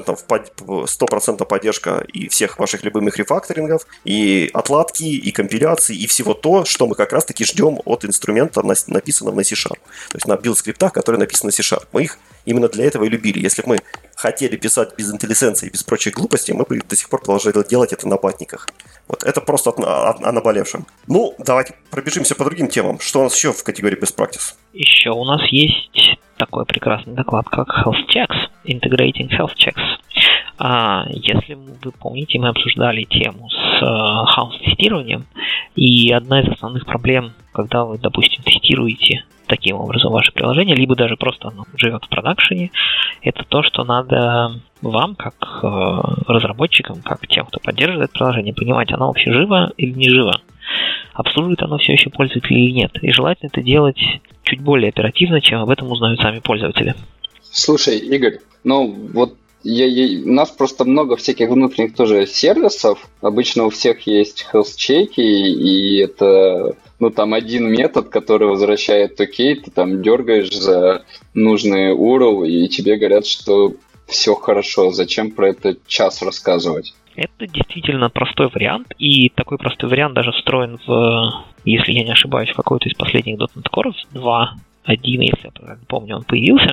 100% поддержка и всех ваших любимых рефакторингов, и отладки, и компиляции, и всего то, что мы как раз-таки ждем от инструмента, написанного на C#. То есть на билд-скриптах, которые написаны на C#. Мы их именно для этого и любили. Если бы мы хотели писать без IntelliSense и без прочих глупостей, мы бы до сих пор продолжали делать это на батниках. Вот это просто о наболевшем. Ну, давайте пробежимся по другим темам. Что у нас еще в категории Best Practice? Еще у нас есть такой прекрасный доклад, как Health Checks, Integrating Health Checks. Если вы помните, мы обсуждали тему с хаус-тестированием, и одна из основных проблем, когда вы, допустим, тестируете таким образом ваше приложение, либо даже просто оно живет в продакшене, это то, что надо вам, как разработчикам, как тем, кто поддерживает приложение, понимать, оно вообще живо или не живо, обслуживает оно все еще пользователей или нет. И желательно это делать чуть более оперативно, чем об этом узнают сами пользователи. Слушай, Игорь, вот у нас просто много всяких внутренних тоже сервисов. Обычно у всех есть health-чеки, и это там один метод, который возвращает окей, ты там дергаешь за нужный URL, и тебе говорят, что все хорошо. Зачем про это час рассказывать? Это действительно простой вариант, и такой простой вариант даже встроен в, если я не ошибаюсь, в какой-то из последних .NET Core 2.1, если я правильно помню, он появился,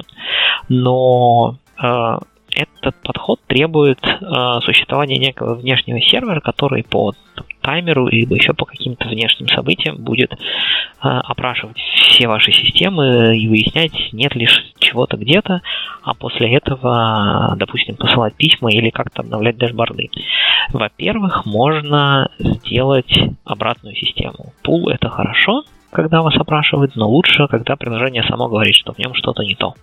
но этот подход требует существования некого внешнего сервера, который по таймеру либо еще по каким-то внешним событиям будет опрашивать все ваши системы и выяснять, нет ли чего-то где-то, а после этого, допустим, посылать письма или как-то обновлять дэшборды. Во-первых, можно сделать обратную систему. Пул — это хорошо, когда вас опрашивают, но лучше, когда приложение само говорит, что в нем что-то не то.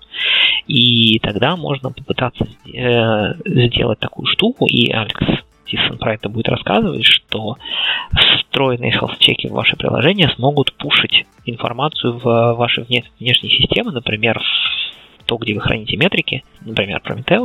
И тогда можно попытаться сделать такую штуку, и Алекс Тиссон про это будет рассказывать, что встроенные health-чеки в ваше приложение смогут пушить информацию в ваши внешние системы, например, в то, где вы храните метрики, например, Prometheus,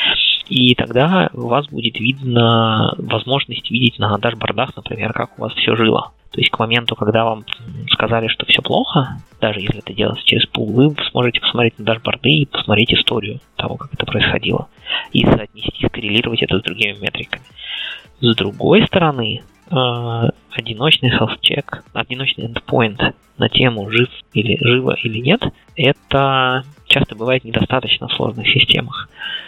и тогда у вас будет видно возможность видеть на дашбордах, например, как у вас все жило. То есть к моменту, когда вам сказали, что все плохо, даже если это делается через пул, вы сможете посмотреть на дашборды и посмотреть историю того, как это происходило, и соотнести, скоррелировать это с другими метриками. С другой стороны, одиночный health-чек, одиночный endpoint на тему живо или нет, это часто бывает недостаточно в сложных системах.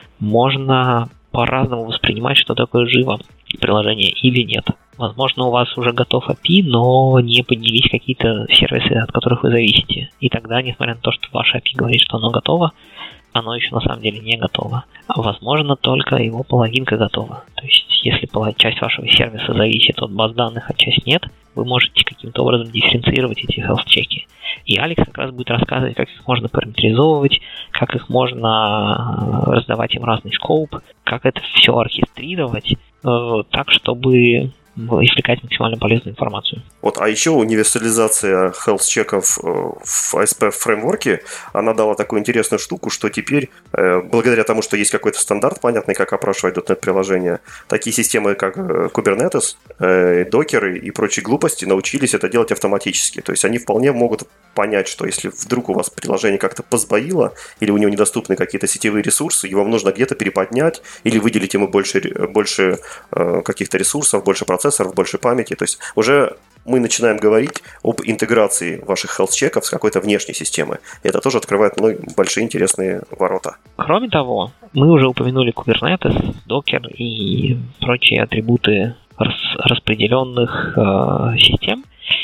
Можно по-разному воспринимать, что такое живо приложение или нет. Возможно, у вас уже готов API, но не поднялись какие-то сервисы, от которых вы зависите. И тогда, несмотря на то, что ваше API говорит, что оно готово, оно еще на самом деле не готово. А возможно, только его половинка готова. То есть, если часть вашего сервиса зависит от баз данных, а часть нет, вы можете каким-то образом дифференцировать эти health-чеки. И Алекс как раз будет рассказывать, как их можно параметризовывать, как их можно раздавать им разный скоуп, как это все оркестрировать так, чтобы извлекать максимально полезную информацию. Вот, а еще универсализация health-чеков в ASP фреймворке, она дала такую интересную штуку, что теперь, благодаря тому, что есть какой-то стандарт, понятный, как опрашивать .NET-приложения, такие системы, как Kubernetes, докеры и прочие глупости научились это делать автоматически. То есть они вполне могут понять, что если вдруг у вас приложение как-то позбоило, или у него недоступны какие-то сетевые ресурсы, и вам нужно где-то переподнять, или выделить ему больше каких-то ресурсов, больше процессоров, больше памяти. То есть уже мы начинаем говорить об интеграции ваших health-чеков с какой-то внешней системой. И это тоже открывает большие интересные ворота. Кроме того, мы уже упомянули Kubernetes, Docker и прочие атрибуты распределенных систем.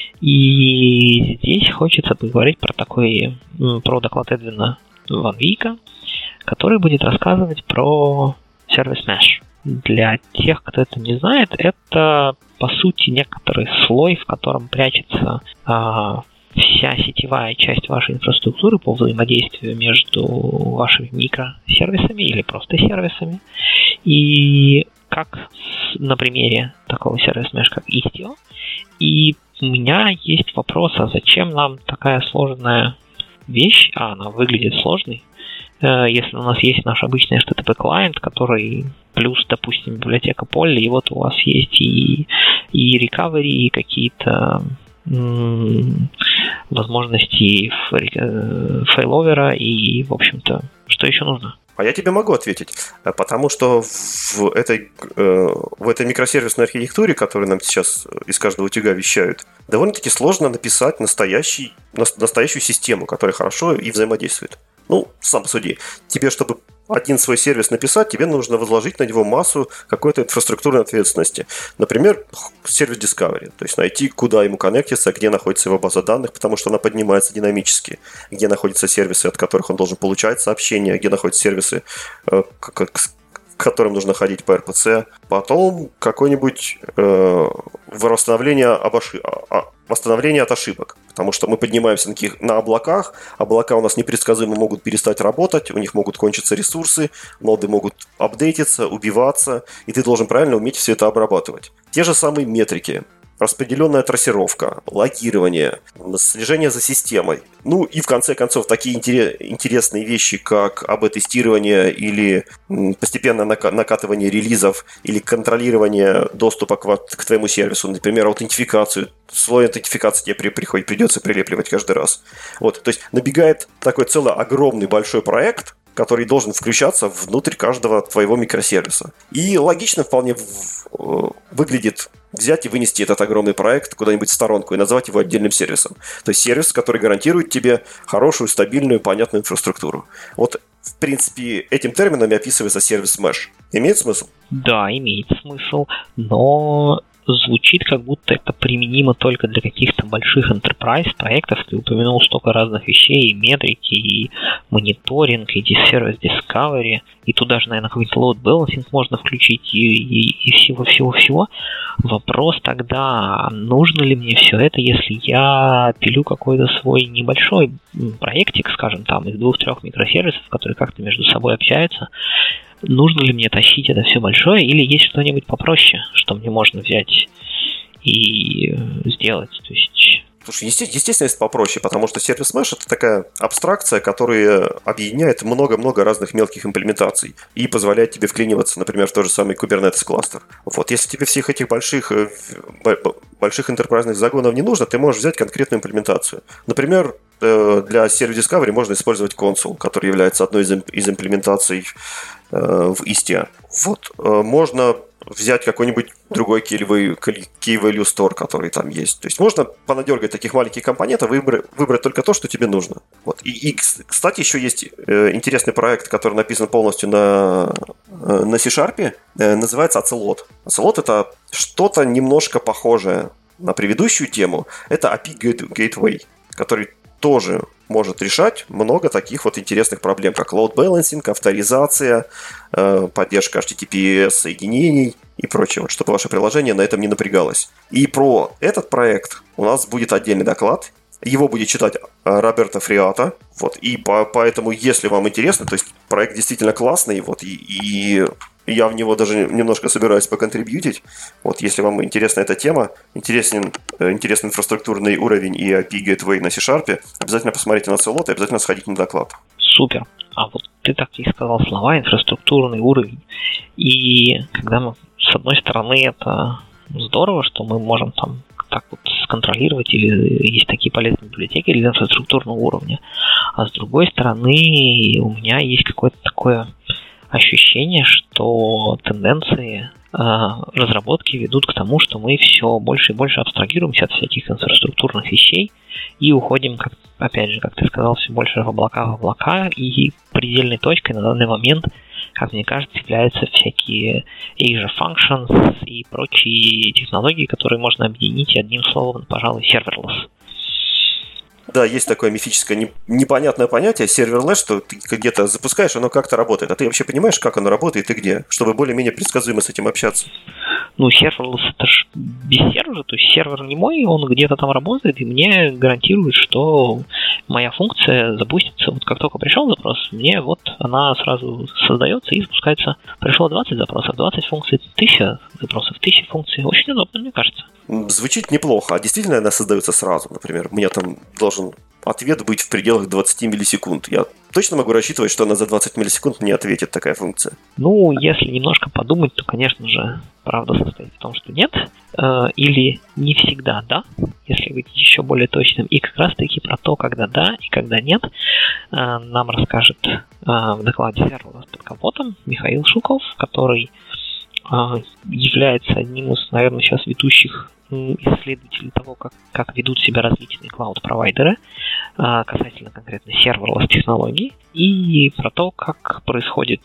И здесь хочется поговорить про доклад Эдвина Ван Вийка, который будет рассказывать про Service Mesh. Для тех, кто это не знает, это, по сути, некоторый слой, в котором прячется вся сетевая часть вашей инфраструктуры по взаимодействию между вашими микросервисами или просто сервисами. И как на примере такого сервиса Mesh, как Istio. И у меня есть вопрос, а зачем нам такая сложная вещь? Она выглядит сложной. Если у нас есть наш обычный HTTP-клиент, который плюс, допустим, библиотека Polly, и вот у вас есть и recovery, и какие-то возможности фейловера, и, в общем-то, что еще нужно? А я тебе могу ответить, потому что в этой микросервисной архитектуре, которую нам сейчас из каждого утюга вещают, довольно-таки сложно написать настоящую систему, которая хорошо и взаимодействует. Ну, сам посуди. Тебе, чтобы один свой сервис написать, тебе нужно возложить на него массу какой-то инфраструктурной ответственности. Например, сервис Discovery. То есть найти, куда ему коннектиться, где находится его база данных, потому что она поднимается динамически. Где находятся сервисы, от которых он должен получать сообщения, где находятся сервисы, к которым нужно ходить по RPC. Потом какое-нибудь восстановление от ошибок. Потому что мы поднимаемся на облаках, облака у нас непредсказуемо могут перестать работать, у них могут кончиться ресурсы, ноды могут апдейтиться, убиваться, и ты должен правильно уметь все это обрабатывать. Те же самые метрики, распределенная трассировка, логирование, слежение за системой. Ну и в конце концов такие интересные вещи, как АБ-тестирование или постепенное накатывание релизов или контролирование доступа к твоему сервису, например, аутентификацию. Слой аутентификации тебе придется прилепливать каждый раз. Вот, то есть набегает такой целый огромный большой проект, который должен включаться внутрь каждого твоего микросервиса. И логично вполне выглядит взять и вынести этот огромный проект куда-нибудь в сторонку и назвать его отдельным сервисом. То есть сервис, который гарантирует тебе хорошую, стабильную, понятную инфраструктуру. Вот, в принципе, этим термином описывается сервис Mesh. Имеет смысл? Да, имеет смысл, но звучит, как будто это применимо только для каких-то больших enterprise проектов. Ты упомянул столько разных вещей, и метрики, и мониторинг, и сервис Discovery, и туда же, наверное, какой-то load balancing можно включить, и всего-всего-всего. Вопрос тогда, нужно ли мне все это, если я пилю какой-то свой небольшой проектик, скажем, там, из 2-3 микросервисов, которые как-то между собой общаются. Нужно ли мне тащить это все большое, или есть что-нибудь попроще, что мне можно взять и сделать? То есть... Слушай, естественно, есть попроще, потому что сервис Mesh — это такая абстракция, которая объединяет много-много разных мелких имплементаций и позволяет тебе вклиниваться, например, в тот же самый Kubernetes кластер. Вот, если тебе всех этих больших энтерпрайзных загонов не нужно, ты можешь взять конкретную имплементацию. Например, для Service Discovery можно использовать Consul, который является одной из имплементаций в Istio. Вот, можно взять какой-нибудь другой key value store, который там есть. То есть можно понадергать таких маленьких компонентов и выбрать только то, что тебе нужно. Вот. И, кстати, еще есть интересный проект, который написан полностью на C#, называется Ocelot. Ocelot — это что-то немножко похожее на предыдущую тему. Это API Gateway, который тоже может решать много таких вот интересных проблем, как load balancing, авторизация, поддержка HTTPS соединений и прочего, чтобы ваше приложение на этом не напрягалось. И про этот проект у нас будет отдельный доклад. Его будет читать Роберто Фриата. Вот, и поэтому, если вам интересно, то есть проект действительно классный, вот, и я в него даже немножко собираюсь поконтрибьютить. Вот, если вам интересна эта тема, интересен инфраструктурный уровень и API Gateway на C#, обязательно посмотрите на Ocelot и обязательно сходите на доклад. Супер. А вот ты так и сказал слова «инфраструктурный уровень». И когда мы, с одной стороны, это здорово, что мы можем там так вот сконтролировать, или есть такие полезные библиотеки для инфраструктурного уровня. А с другой стороны, у меня есть какое-то такое ощущение, что тенденции разработки ведут к тому, что мы все больше и больше абстрагируемся от всяких инфраструктурных вещей и уходим, опять же, как ты сказал, все больше в облака, и предельной точкой на данный момент, как мне кажется, являются всякие Azure Functions и прочие технологии, которые можно объединить одним словом, пожалуй, serverless. Да, есть такое мифическое, непонятное понятие serverless, что ты где-то запускаешь, оно как-то работает. А ты вообще понимаешь, как оно работает и где? Чтобы более-менее предсказуемо с этим общаться. Ну, serverless — это ж без сервера, то есть сервер не мой, он где-то там работает, и мне гарантирует, что моя функция запустится. Вот как только пришел запрос, мне вот она сразу создается и запускается. Пришло 20 запросов, 20 функций, 1000 запросов, 1000 функций. Очень удобно, мне кажется. Звучит неплохо. А действительно она создается сразу? Например, у меня там должен ответ быть в пределах 20 миллисекунд. Я точно могу рассчитывать, что она за 20 миллисекунд мне ответит такая функция? Ну, если немножко подумать, то, конечно же, правда состоит в том, что нет. Или не всегда да, если быть еще более точным. И как раз-таки про то, когда да и когда нет, нам расскажет в докладе «Serverless под капотом» Михаил Шуков, который является одним из, наверное, сейчас ведущих исследователей того, как ведут себя различные клауд-провайдеры касательно конкретно serverless технологий, и про то, как происходит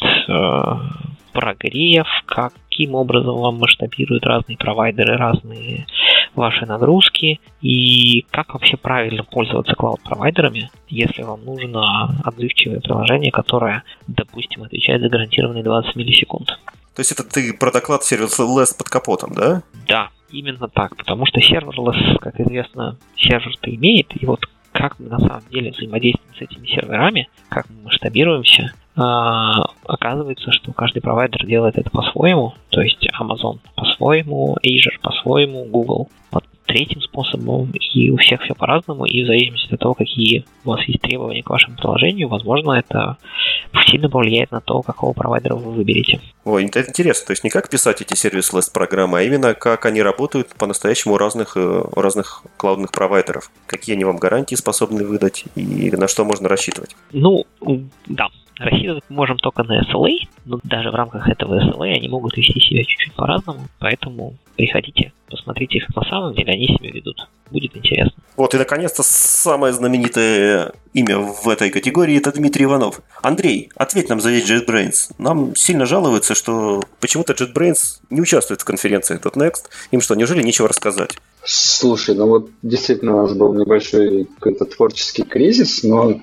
прогрев, каким образом вам масштабируют разные провайдеры, разные ваши нагрузки, и как вообще правильно пользоваться клауд-провайдерами, если вам нужно отзывчивое приложение, которое, допустим, отвечает за гарантированные 20 миллисекунд. То есть это ты про доклад Serverless под капотом, да? Да, именно так, потому что Serverless, как известно, сервер-то имеет, и вот как мы на самом деле взаимодействуем с этими серверами, как мы масштабируемся, оказывается, что каждый провайдер делает это по-своему, то есть Amazon по-своему, Azure по-своему, Google по третьим способом, и у всех все по-разному, и в зависимости от того, какие у вас есть требования к вашему приложению, возможно, это сильно повлияет на то, какого провайдера вы выберете. Ой, это интересно. То есть не как писать эти сервис-лесс программы, а именно как они работают по-настоящему у разных клаудных провайдеров. Какие они вам гарантии способны выдать и на что можно рассчитывать? Ну, да. Рассчитывать мы можем только на SLA, но даже в рамках этого SLA они могут вести себя чуть-чуть по-разному, поэтому приходите, посмотрите, как на самом деле они себя ведут. Будет интересно. Вот, и наконец-то самое знаменитое имя в этой категории – это Дмитрий Иванов. Андрей, ответь нам за весь JetBrains. Нам сильно жалуются, что почему-то JetBrains не участвует в конференции .next. Им что, неужели нечего рассказать? Слушай, ну вот действительно у нас был небольшой какой-то творческий кризис, но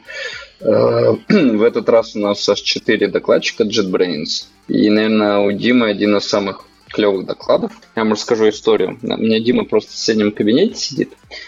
в этот раз у нас аж 4 докладчика JetBrains. И, наверное, у Димы один из самых клевых докладов. Я вам расскажу историю. У меня Дима просто в соседнем кабинете сидит.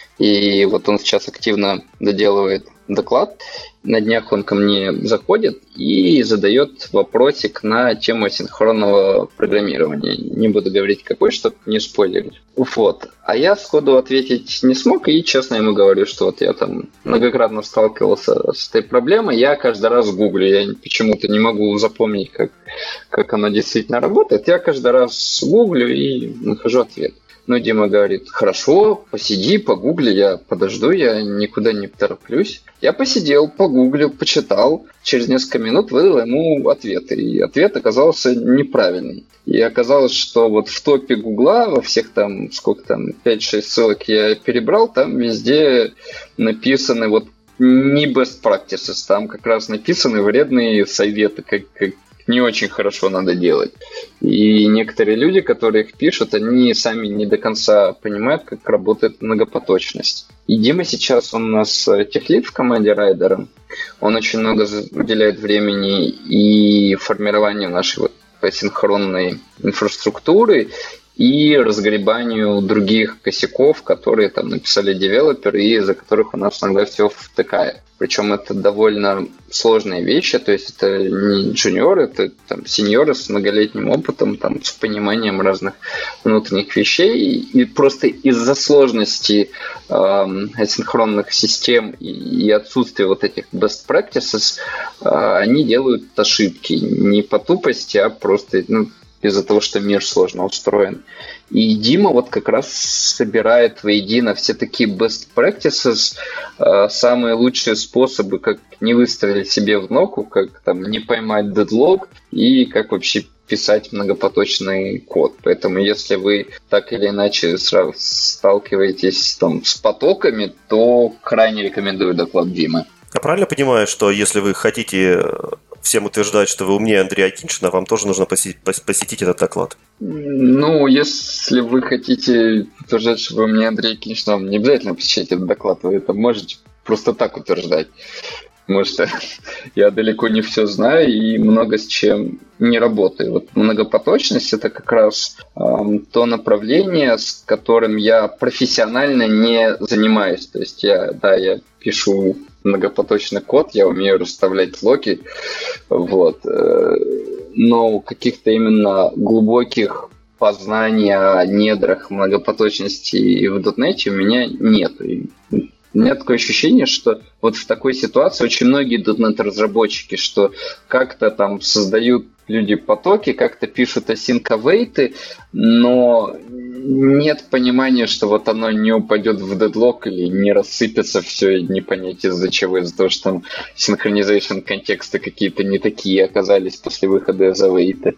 И вот он сейчас активно доделывает доклад. На днях он ко мне заходит и задает вопросик на тему асинхронного программирования. Не буду говорить какой, чтобы не спойлерить. Вот. А я сходу ответить не смог, и честно ему говорю, что вот я там многократно сталкивался с этой проблемой. Я каждый раз гуглю, я почему-то не могу запомнить, как она действительно работает. Я каждый раз гуглю и нахожу ответ. Ну, Дима говорит, хорошо, посиди, погугли, я подожду, я никуда не тороплюсь. Я посидел, погуглил, почитал, через несколько минут выдал ему ответ. И ответ оказался неправильный. И оказалось, что вот в топе Гугла, во всех там, 5-6 ссылок я перебрал, там везде написаны вот не best practices, там как раз написаны вредные советы, как не очень хорошо надо делать. И некоторые люди, которые их пишут, они сами не до конца понимают, как работает многопоточность. И Дима сейчас, он у нас техлид в команде Райдера. Он очень много уделяет времени и формированию нашей вот асинхронной инфраструктуры, и разгребанию других косяков, которые там написали девелоперы, и из-за которых у нас иногда все втыкает. Причем это довольно сложные вещи, то есть это не джуниоры, это там сеньоры с многолетним опытом, там, с пониманием разных внутренних вещей. И просто из-за сложности асинхронных систем и отсутствия вот этих best practices они делают ошибки. Не по тупости, а просто из-за того, что мир сложно устроен. И Дима вот как раз собирает воедино все такие best practices, самые лучшие способы, как не выстрелить себе в ногу, как там не поймать дедлог и как вообще писать многопоточный код. Поэтому если вы так или иначе сталкиваетесь там с потоками, то крайне рекомендую доклад Димы. Я правильно понимаю, что если вы хотите всем утверждать, что вы умнее Андрея Акиньшина, вам тоже нужно посетить этот доклад? Ну, если вы хотите утверждать, что вы умнее Андрея Акиньшина, вам не обязательно посещать этот доклад, вы это можете просто так утверждать. Потому что я далеко не все знаю и много с чем не работаю. Вот многопоточность – это как раз то направление, с которым я профессионально не занимаюсь. То есть я пишу многопоточный код, я умею расставлять локи, вот. Но каких-то именно глубоких познаний о недрах многопоточности в .NET у меня нет. У меня такое ощущение, что вот в такой ситуации очень многие .NET-разработчики, что как-то там создают люди потоки, как-то пишут async-await, но нет понимания, что вот оно не упадет в дедлок или не рассыпется все, и не понять из-за чего, из-за того, что там синхронизейшн контексты какие-то не такие оказались после выхода из Await.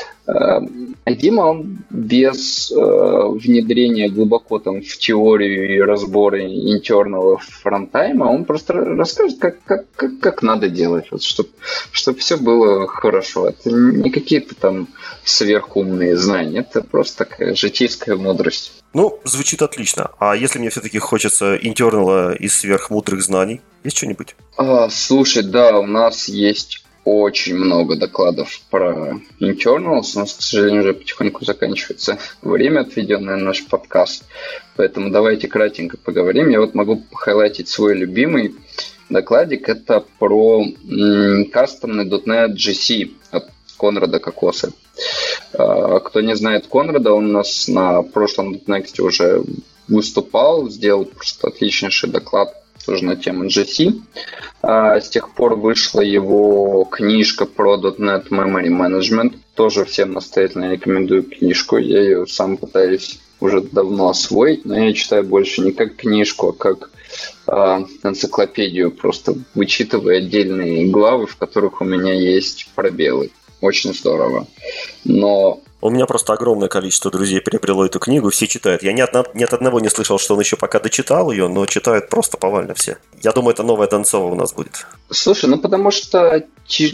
А Дима, он без внедрения глубоко там в теорию и разборы интерналов фронтайма, он просто расскажет, как надо делать, вот, чтобы все было хорошо. Это не какие-то там сверхумные знания, это просто такая житейская мудрость. Ну, звучит отлично. А если мне все-таки хочется интернала из сверхмудрых знаний, есть что-нибудь? Слушай, да, у нас есть очень много докладов про internals. У нас, к сожалению, уже потихоньку заканчивается время, отведенное на наш подкаст. Поэтому давайте кратенько поговорим. Я вот могу похайлайтить свой любимый докладик. Это про кастомный .NET GC от Конрада Кокосы. Кто не знает Конрада, он у нас на прошлом .NEXT уже выступал, сделал просто отличнейший доклад тоже на тему GC. С тех пор вышла его книжка про .NET Memory Management. Тоже всем настоятельно рекомендую книжку. Я ее сам пытаюсь уже давно освоить, но я читаю больше не как книжку, а как энциклопедию, просто вычитывая отдельные главы, в которых у меня есть пробелы. Очень здорово. Но у меня просто огромное количество друзей приобрело эту книгу, все читают. Я ни от одного не слышал, что он еще пока дочитал ее, но читают просто повально все. Я думаю, это новая Донцова у нас будет. Слушай, потому что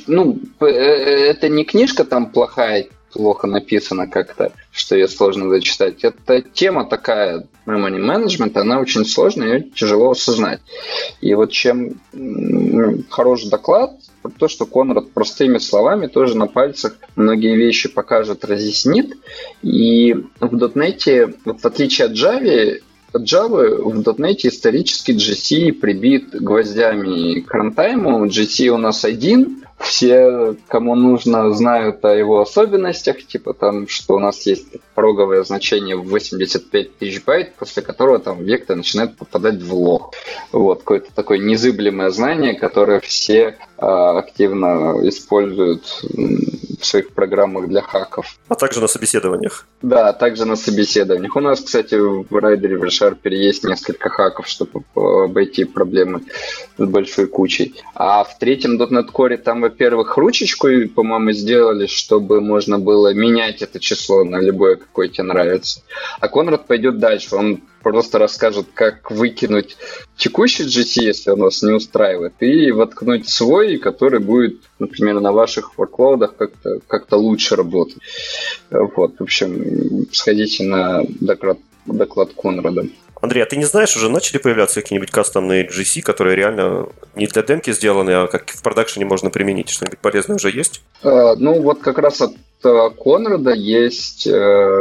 это не книжка там плохо написана как-то, что ее сложно зачитать. Это тема такая, memory management, она очень сложная, ее тяжело осознать. И вот чем хороший доклад, то, что Конрад простыми словами тоже на пальцах многие вещи покажет, разъяснит. И в .NET, вот в отличие от Java, в .NET исторически GC прибит гвоздями к рантайму. GC у нас один. Все, кому нужно, знают о его особенностях, типа там, что у нас есть пороговое значение в 85 тысяч байт, после которого там объекты начинают попадать в лог. Вот, какое-то такое незыблемое знание, которое все активно используют в своих программах для хаков. А также на собеседованиях. Да, также на собеседованиях. У нас, кстати, в Райдере, в ReSharper есть несколько хаков, чтобы обойти проблемы с большой кучей. А в третьем .NET Core там, во-первых, ручечку, по-моему, сделали, чтобы можно было менять это число на любое, какое тебе нравится. А Конрад пойдет дальше. Он просто расскажет, как выкинуть текущий GC, если он вас не устраивает, и воткнуть свой, который будет, например, на ваших workload'ах как-то лучше работать. Вот, в общем, сходите на доклад Конрада. Андрей, а ты не знаешь, уже начали появляться какие-нибудь кастомные GC, которые реально не для демки сделаны, а как в продакшене можно применить? Что-нибудь полезное уже есть? Ну, вот как раз от Конрада есть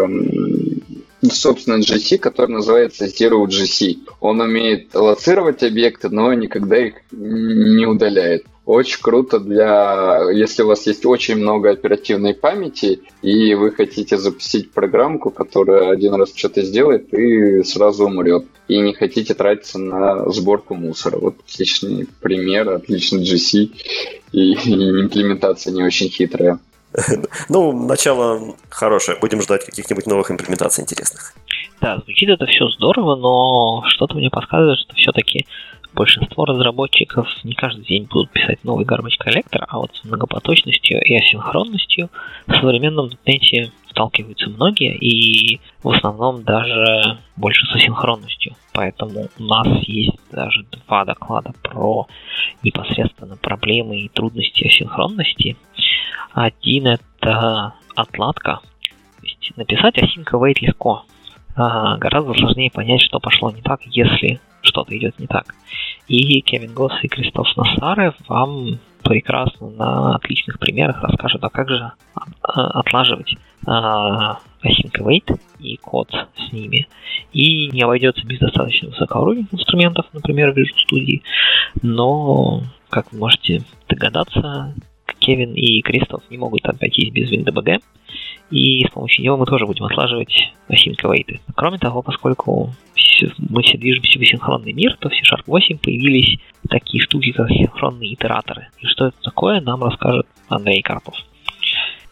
собственно GC, который называется Zero GC. Он умеет лоцировать объекты, но никогда их не удаляет. Очень круто если у вас есть очень много оперативной памяти, и вы хотите запустить программку, которая один раз что-то сделает и сразу умрет. И не хотите тратиться на сборку мусора. Вот отличный пример, отличный GC, и имплементация не очень хитрая. Ну, начало хорошее. Будем ждать каких-нибудь новых имплементаций интересных. Да, звучит это все здорово, но что-то мне подсказывает, что все-таки большинство разработчиков не каждый день будут писать новый garbage collector, а вот с многопоточностью и асинхронностью в современном .NET сталкиваются многие, и в основном даже больше с асинхронностью. Поэтому у нас есть даже 2 доклада про непосредственно проблемы и трудности асинхронности. Один — это отладка. То есть написать async await легко. Гораздо сложнее понять, что пошло не так, если что-то идет не так. И Кевин Госс и Кристоф Нассаре вам прекрасно на отличных примерах расскажут, а как же отлаживать async await и код с ними. И не обойдется без достаточно высокоуровневых инструментов, например, Visual Studio. Но, как вы можете догадаться, Кевин и Кристоф не могут обойтись без WinDBG, и с помощью него мы тоже будем отлаживать async await. Кроме того, поскольку мы все движемся в синхронный мир, то в C# 8 появились такие штуки, как синхронные итераторы. И что это такое, нам расскажет Андрей Карпов.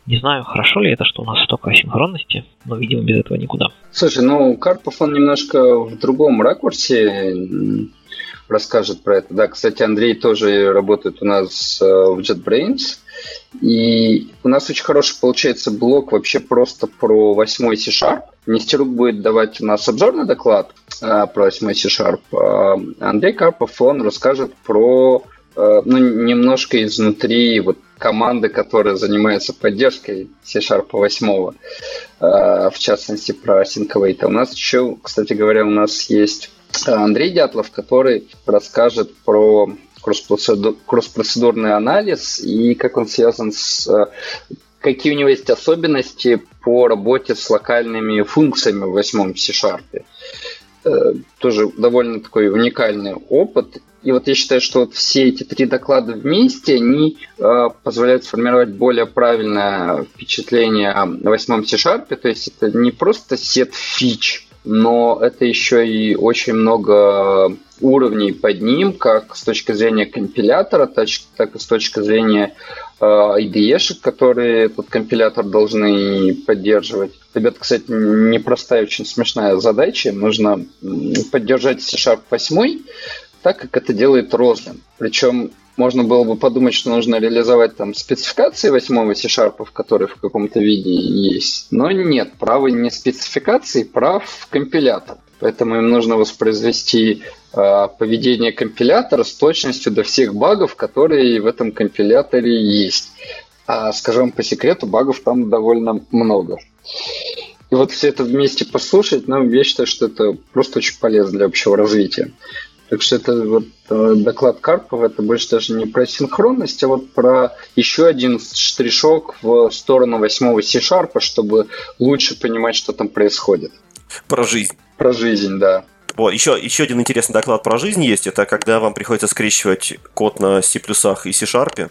Не знаю, хорошо ли это, что у нас столько асинхронности, но, видимо, без этого никуда. Слушай, Карпов, он немножко в другом ракурсе расскажет про это. Да, кстати, Андрей тоже работает у нас в JetBrains. И у нас очень хороший получается блок вообще просто про 8 C-Sharp. Нестерук будет давать у нас обзорный доклад про 8 C-Sharp. А Андрей Карпов, он расскажет про немножко изнутри команды, которая занимается поддержкой C-Sharp 8, в частности про Async-Await. У нас еще, кстати говоря, у нас есть Андрей Дятлов, который расскажет про кросс-процедурный анализ и как он связан какие у него есть особенности по работе с локальными функциями в 8 C-Sharp. Тоже довольно такой уникальный опыт. И я считаю, что все эти 3 доклада вместе, они позволяют сформировать более правильное впечатление о 8 C-Sharp. То есть это не просто сет фич, но это еще и очень много уровней под ним, как с точки зрения компилятора, так и с точки зрения IDE-шек, которые этот компилятор должны поддерживать. Ребята, кстати, непростая, очень смешная задача. Нужно поддержать C-Sharp 8, так как это делает Roslyn. Причем можно было бы подумать, что нужно реализовать там спецификации 8 C-Sharp, которые в каком-то виде есть. Но нет, право не спецификации, прав компилятор. Поэтому им нужно воспроизвести поведение компилятора с точностью до всех багов, которые в этом компиляторе есть. А скажу вам по секрету, багов там довольно много. И все это вместе послушать, я считаю, что это просто очень полезно для общего развития. Так что это доклад Карпова, это больше даже не про синхронность, а про еще один штришок в сторону 8 C-Sharp, чтобы лучше понимать, что там происходит. Про жизнь. Про жизнь, да. Еще один интересный доклад про жизнь есть. Это когда вам приходится скрещивать код на C++ и C-Sharp.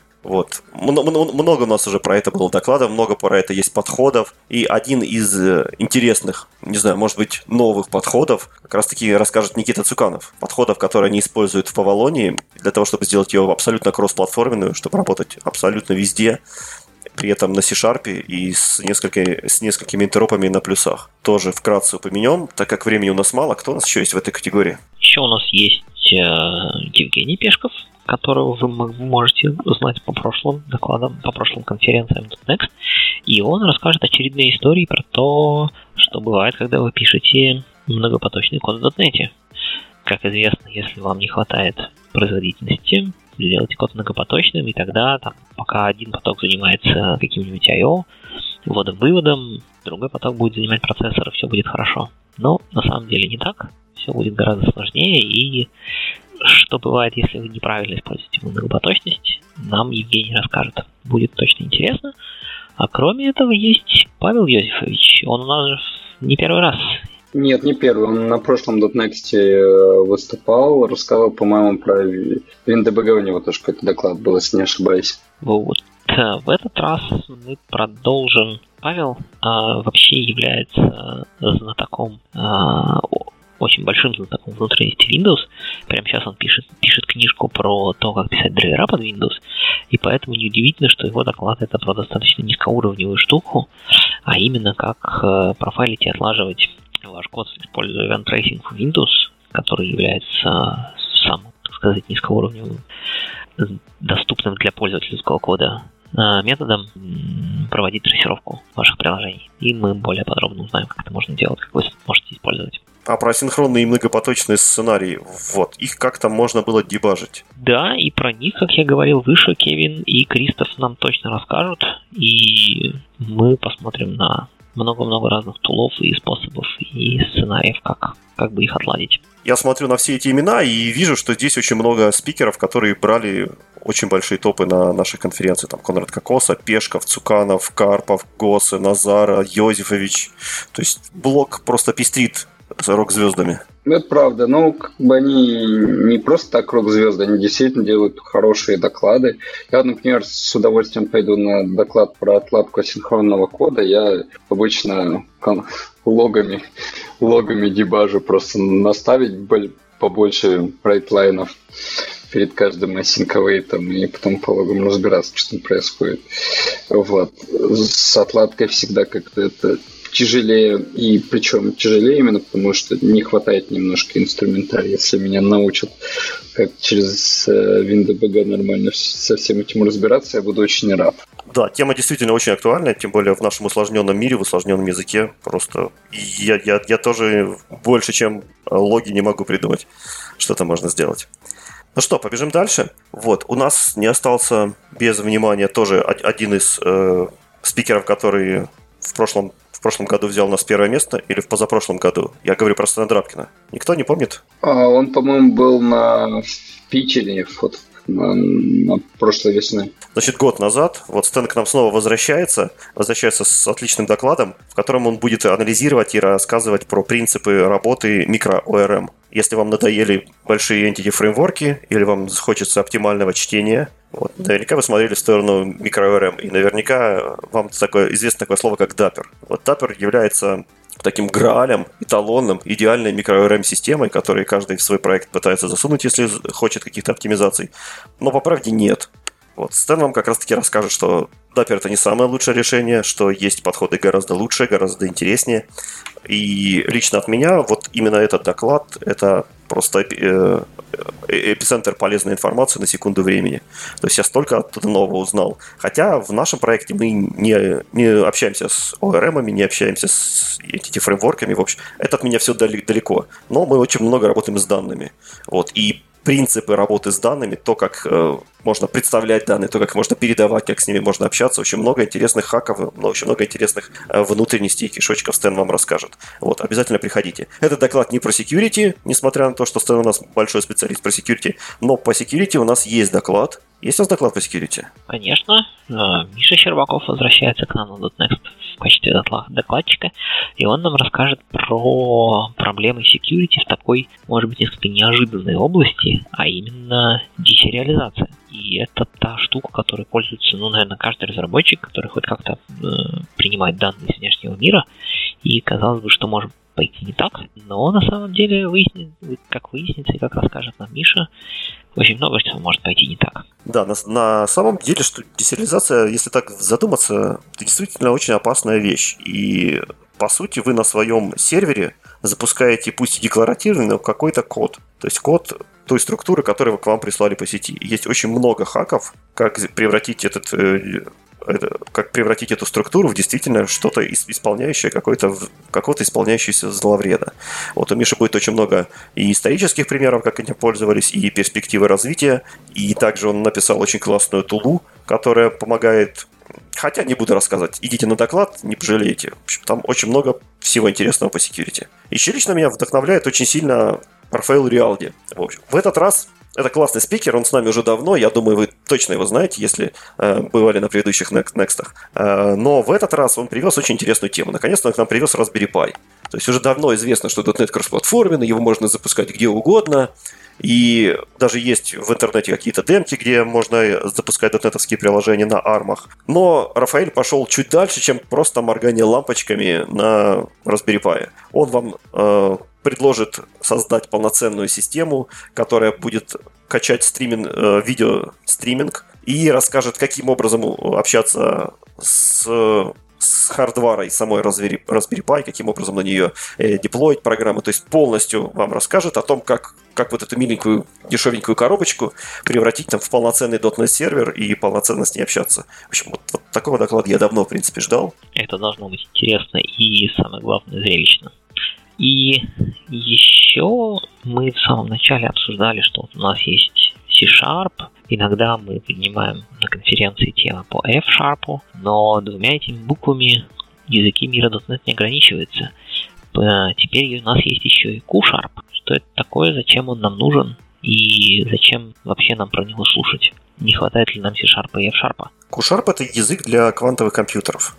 Много у нас уже про это было докладов, много про это есть подходов. И один из интересных, не знаю, может быть, новых подходов как раз-таки расскажет Никита Цуканов. Подходов, которые они используют в Avalon для того, чтобы сделать ее абсолютно кроссплатформенную, чтобы работать абсолютно везде. При этом на C-Sharp и с несколькими интеропами на плюсах. Тоже вкратце упомянем, так как времени у нас мало. Кто у нас еще есть в этой категории? Еще у нас есть Евгений Пешков, которого вы можете узнать по прошлым докладам, по прошлым конференциям .next. И он расскажет очередные истории про то, что бывает, когда вы пишете многопоточный код в .NET. Как известно, если вам не хватает производительности, сделайте код многопоточным, и тогда, пока один поток занимается каким-нибудь I/O, вводом-выводом, другой поток будет занимать процессор, и все будет хорошо. Но на самом деле не так. Все будет гораздо сложнее, и что бывает, если вы неправильно используете многопоточность, нам Евгений расскажет. Будет точно интересно. А кроме этого есть Павел Йозефович. Он у нас же не первый раз. Нет, не первый. Он на прошлом .next выступал, рассказал, по-моему, про WinDBG, у него тоже какой-то доклад был, если не ошибаюсь. В этот раз мы продолжим. Павел вообще является знатоком, очень большим знатоком внутренности Windows. Прямо сейчас он пишет книжку про то, как писать драйвера под Windows. И поэтому неудивительно, что его доклад это про достаточно низкоуровневую штуку, а именно как профайлить и отлаживать ваш код, используя event tracing в Windows, который является самым, так сказать, низкоуровневым, доступным для пользовательского кода методом проводить трассировку ваших приложений. И мы более подробно узнаем, как это можно делать, как вы можете использовать. А про асинхронные и многопоточные сценарии, их как-то можно было дебажить. Да, и про них, как я говорил выше, Кевин и Кристоф нам точно расскажут, и мы посмотрим на много-много разных тулов и способов и сценариев, как бы их отладить. Я смотрю на все эти имена и вижу, что здесь очень много спикеров, которые брали очень большие топы на нашей конференции. Там Конрад Кокоса, Пешков, Цуканов, Карпов, Госы, Назар, Йозефович. То есть блок просто пестрит рок-звездами. Это правда. Они не просто так рок-звезды, они действительно делают хорошие доклады. Я, например, с удовольствием пойду на доклад про отладку асинхронного кода. Я обычно логами дебажу, просто наставить побольше брайтлайнов. перед каждым async-await и потом по логам разбираться, что там происходит. Вот. С отладкой всегда как-то это тяжелее, и причем тяжелее именно потому, что не хватает немножко инструментария. Если меня научат, как через WinDBG нормально со всем этим разбираться, я буду очень рад. Да, тема действительно очень актуальная, тем более в нашем усложненном мире, в усложненном языке. Просто я тоже больше, чем логи, не могу придумать, что-то можно сделать. Ну что, побежим дальше. Вот, у нас не остался без внимания тоже один из спикеров, который в прошлом году взял у нас первое место, или в позапрошлом году. Я говорю про Стэна Драбкина. Никто не помнит? Он, по-моему, был на Питере на прошлой весны. Значит, год назад вот Стэн к нам снова возвращается с отличным докладом, в котором он будет анализировать и рассказывать про принципы работы микро-ORM. Если вам надоели большие entity-фреймворки или вам хочется оптимального чтения, вот, наверняка вы смотрели в сторону микро-ORM, и наверняка вам известно такое слово, как Dapper. Вот Dapper является таким граалем, эталонным, идеальной микро-ORM-системой, которую каждый в свой проект пытается засунуть, если хочет каких-то оптимизаций. Но по правде нет. Вот Стэн вам как раз-таки расскажет, что Dapper — это не самое лучшее решение, что есть подходы гораздо лучше, гораздо интереснее. И лично от меня вот именно этот доклад — это просто эпицентр полезной информации на секунду времени. То есть я столько оттуда нового узнал. Хотя в нашем проекте мы не общаемся с ORM-ами, не общаемся с этими фреймворками. В общем, это от меня все далеко. Но мы очень много работаем с данными. Вот. И принципы работы с данными, то, как можно представлять данные, то, как можно передавать, как с ними можно общаться. Очень много интересных хаков, но очень много интересных внутренностей и кишочков Стэн вам расскажет. Вот, обязательно приходите. Этот доклад не про security, несмотря на то, что Стэн у нас большой специалист про security, но по security у нас есть доклад. Есть у нас доклад по security? Конечно. Миша Щербаков возвращается к нам на .next в качестве докладчика, и он нам расскажет про проблемы security в такой, может быть, несколько неожиданной области, а именно десериализация. И это та штука, которой пользуется, наверное, каждый разработчик, который хоть как-то принимает данные из внешнего мира, и казалось бы, что может пойти не так, но на самом деле, как выяснится и как расскажет нам Миша, очень много чего может пойти не так. Да, на самом деле, что десериализация, если так задуматься, это действительно очень опасная вещь. И, по сути, вы на своем сервере запускаете, пусть и декларативный, но какой-то код. То есть код той структуры, которую к вам прислали по сети. И есть очень много хаков, как превратить эту структуру в действительно что-то исполняющее, какого-то исполняющегося зловреда. Вот у Миши будет очень много и исторических примеров, как этим пользовались, и перспективы развития. И также он написал очень классную тулу, которая помогает. Хотя не буду рассказывать. Идите на доклад, не пожалеете. В общем, там очень много всего интересного по security. Еще лично меня вдохновляет очень сильно Рафаэл Риалди. В этот раз это классный спикер, он с нами уже давно, я думаю, вы точно его знаете, если бывали на предыдущих Next'ах. Но в этот раз он привез очень интересную тему. Наконец-то он к нам привез Raspberry Pi. То есть уже давно известно, что .NET кроссплатформенный, его можно запускать где угодно. И даже есть в интернете какие-то демки, где можно запускать .NET-овские приложения на армах. Но Рафаэль пошел чуть дальше, чем просто моргание лампочками на Raspberry Pi. Он вам предложит создать полноценную систему, которая будет качать видеостриминг и расскажет, каким образом общаться с хардварой самой Raspberry Pi, каким образом на нее деплоить программы. То есть полностью вам расскажет о том, как вот эту миленькую дешевенькую коробочку превратить в полноценный .NET сервер и полноценно с ней общаться. В общем, вот такого доклада я давно, в принципе, ждал. Это должно быть интересно и, самое главное, зрелищно. И еще мы в самом начале обсуждали, что вот у нас есть C#. Иногда мы поднимаем на конференции темы по F#, но двумя этими буквами языки мира .NET не ограничиваются. Теперь у нас есть еще и Q#. Что это такое, зачем он нам нужен и зачем вообще нам про него слушать? Не хватает ли нам C# и F#? Q# — это язык для квантовых компьютеров.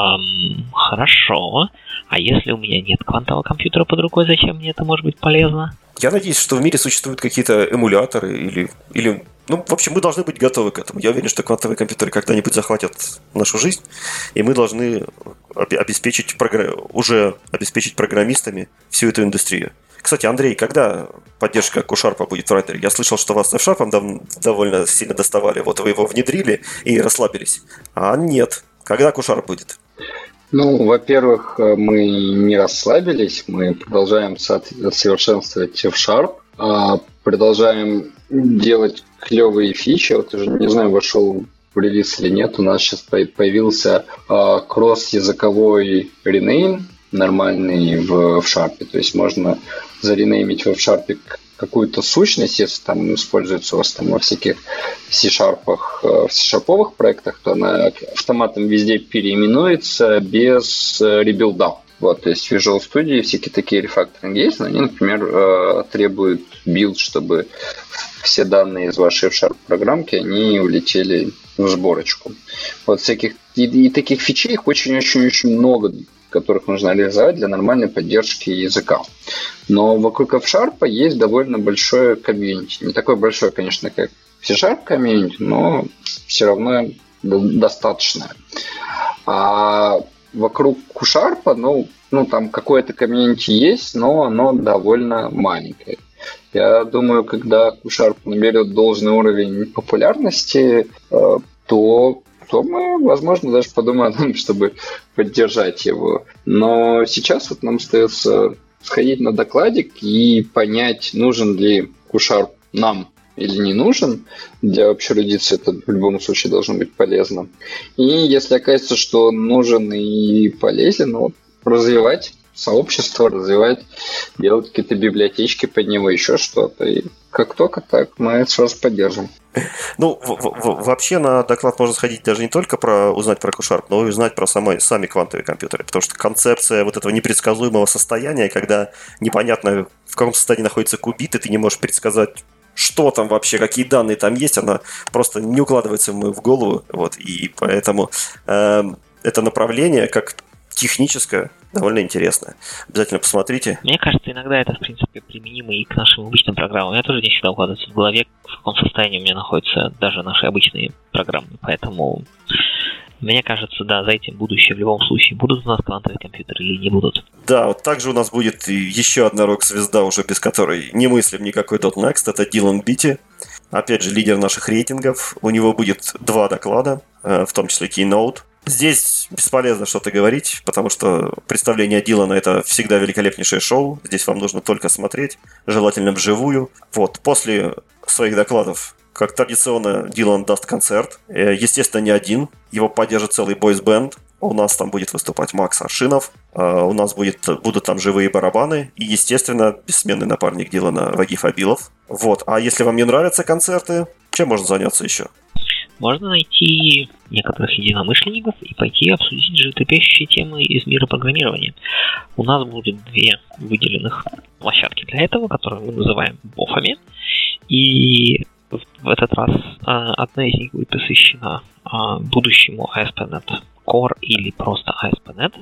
Хорошо. А если у меня нет квантового компьютера под рукой, зачем мне это может быть полезно? Я надеюсь, что в мире существуют какие-то эмуляторы или... Ну, в общем, мы должны быть готовы к этому. Я уверен, что квантовые компьютеры когда-нибудь захватят нашу жизнь, и мы должны обеспечить программистами всю эту индустрию. Кстати, Андрей, когда поддержка Q-Sharp будет в райтере? Я слышал, что вас с F-Sharp довольно сильно доставали. Вот вы его внедрили и расслабились. А нет. Когда Q-Sharp будет? Ну, во-первых, мы не расслабились, мы продолжаем совершенствовать F-Sharp, продолжаем делать клевые фичи. Вот уже, не знаю, вошел в релиз или нет, у нас сейчас появился кросс-языковой ренейм, нормальный в F-Sharp. То есть можно заренеймить в F-Sharp какую-то сущность, если там используется у вас там во всяких C-Sharp-ах, в C-Sharp-овых проектах, то она автоматом везде переименуется без ребилда. Вот, то есть в Visual Studio всякие такие рефакторинги есть, но они, например, требуют билд, чтобы все данные из вашей F-Sharp программки, они улетели в сборочку. Вот всяких и таких фичей их очень-очень-очень много, которых нужно реализовать для нормальной поддержки языка. Но вокруг F-Sharp есть довольно большое комьюнити. Не такое большое, конечно, как C-Sharp комьюнити, но все равно достаточное. А вокруг Q-Sharp, ну там какое-то комьюнити есть, но оно довольно маленькое. Я думаю, когда Q-Sharp наберет должный уровень популярности, то мы, возможно, даже подумаем о том, чтобы поддержать его. Но сейчас вот нам остается сходить на докладик и понять, нужен ли Q-Sharp нам или не нужен. Для общей эрудиции это в любом случае должно быть полезно. И если окажется, что нужен и полезен, развивать сообщество, развивать, делать какие-то библиотечки под него, еще что-то. И как только так, мы это сразу поддержим. Ну, вообще на доклад можно сходить даже не только узнать про Q-Sharp, но и узнать про сами квантовые компьютеры. Потому что концепция вот этого непредсказуемого состояния, когда непонятно, в каком состоянии находится кубит, и ты не можешь предсказать, что там вообще, какие данные там есть, она просто не укладывается в голову. Вот, и поэтому это направление, как техническое, довольно интересно. Обязательно посмотрите. Мне кажется, иногда это, в принципе, применимо и к нашим обычным программам. У меня тоже не всегда укладывается в голове, в каком состоянии у меня находятся даже наши обычные программы. Поэтому, мне кажется, да, за этим будущее в любом случае. Будут у нас квантовые компьютеры или не будут? Да, вот также у нас будет еще одна рок-звезда, уже без которой не мыслим никакой .next. Это Дилан Битти. Опять же, лидер наших рейтингов. У него будет 2 доклада, в том числе Keynote. Здесь бесполезно что-то говорить, потому что представление Дилана – это всегда великолепнейшее шоу. Здесь вам нужно только смотреть, желательно вживую. Вот, после своих докладов, как традиционно, Дилан даст концерт. Естественно, не один. Его поддержит целый бойс-бенд. У нас там будет выступать Макс Аршинов. У нас будут там живые барабаны. И, естественно, бессменный напарник Дилана Вагиф Абилов. Вот. А если вам не нравятся концерты, чем можно заняться еще? Можно найти некоторых единомышленников и пойти обсудить животрепещущие темы из мира программирования. У нас будет 2 выделенных площадки для этого, которые мы называем бофами. И в этот раз одна из них будет посвящена будущему ASP.NET Core или просто ASP.NET.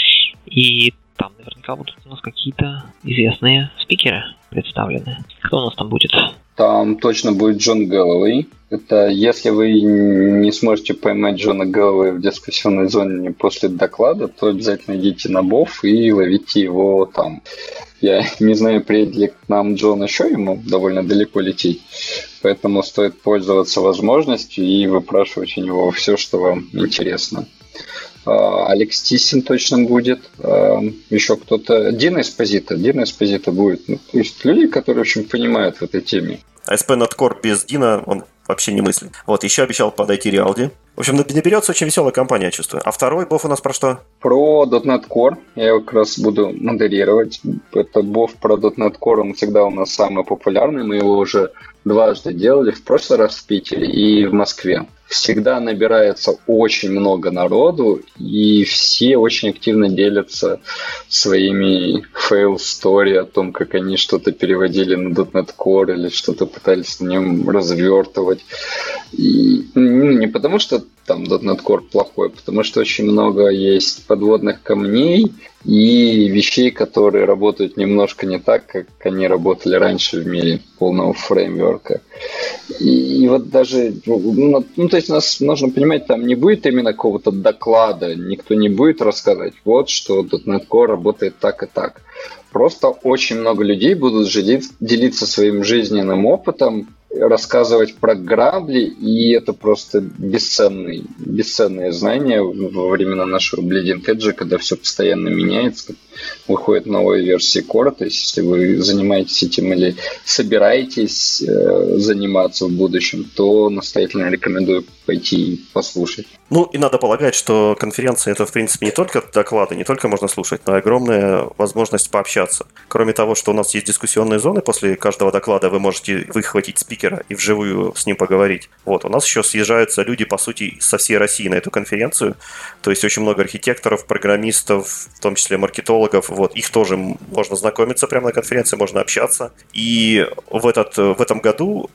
И там наверняка будут у нас какие-то известные спикеры представлены. Кто у нас там будет? Там точно будет Джон Гэллоуэй. Это если вы не сможете поймать Джона Гэллоуэя в дискуссионной зоне после доклада, то обязательно идите на БОФ и ловите его там. Я не знаю, приедет ли к нам Джон еще, ему довольно далеко лететь. Поэтому стоит пользоваться возможностью и выпрашивать у него все, что вам интересно. Алекс Тисин точно будет. Еще кто-то. Дина Эспозито будет. То есть люди, которые, в общем, понимают в этой теме. ASP.NET Core без Дина, он вообще не мыслит. Вот, еще обещал подойти Риалди. В общем, наберется очень веселая компания, я чувствую. А второй боф у нас про что? Про .NET Core. Я его как раз буду модерировать. Это боф про .NET Core, он всегда у нас самый популярный. Мы его уже 2 делали. В прошлый раз в Питере и в Москве. Всегда набирается очень много народу, и все очень активно делятся своими fail-story о том, как они что-то переводили на .NET Core или что-то пытались на нем развертывать. И, не потому, что там .NET Core плохой, а потому что очень много есть подводных камней и вещей, которые работают немножко не так, как они работали раньше в мире полного фреймворка. И вот даже, то есть нас нужно понимать, там не будет именно какого-то доклада, никто не будет рассказывать, вот что .NET Core работает так и так. просто очень много людей будут делиться своим жизненным опытом, рассказывать про грабли, и это просто бесценные знания во времена нашего Bleeding Edge, когда все постоянно меняется, выходят новые версии Core. То есть, если вы занимаетесь этим или собираетесь заниматься в будущем, то настоятельно рекомендую пойти и послушать. Ну, и надо полагать, что конференция – это, в принципе, не только доклады, не только можно слушать, но и огромная возможность пообщаться. Кроме того, что у нас есть дискуссионные зоны, после каждого доклада вы можете выхватить спикера и вживую с ним поговорить. Вот, у нас еще съезжаются люди, по сути, со всей России на эту конференцию. То есть очень много архитекторов, программистов, в том числе маркетологов. Вот, их тоже можно знакомиться прямо на конференции, можно общаться. И в этом году,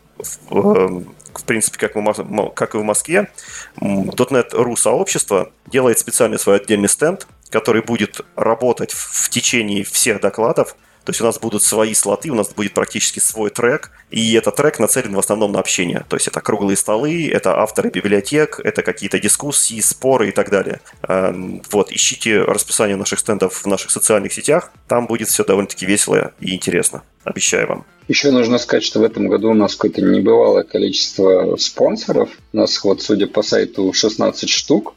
в принципе, как и в Москве, .NET.ru сообщество делает специальный свой отдельный стенд, который будет работать в течение всех докладов. То есть у нас будут свои слоты, у нас будет практически свой трек, и этот трек нацелен в основном на общение. То есть это круглые столы, это авторы библиотек, это какие-то дискуссии, споры и так далее. Вот, ищите расписание наших стендов в наших социальных сетях, там будет все довольно-таки весело и интересно, обещаю вам. Еще нужно сказать, что в этом году у нас какое-то небывалое количество спонсоров. У нас, вот, судя по сайту, 16 штук.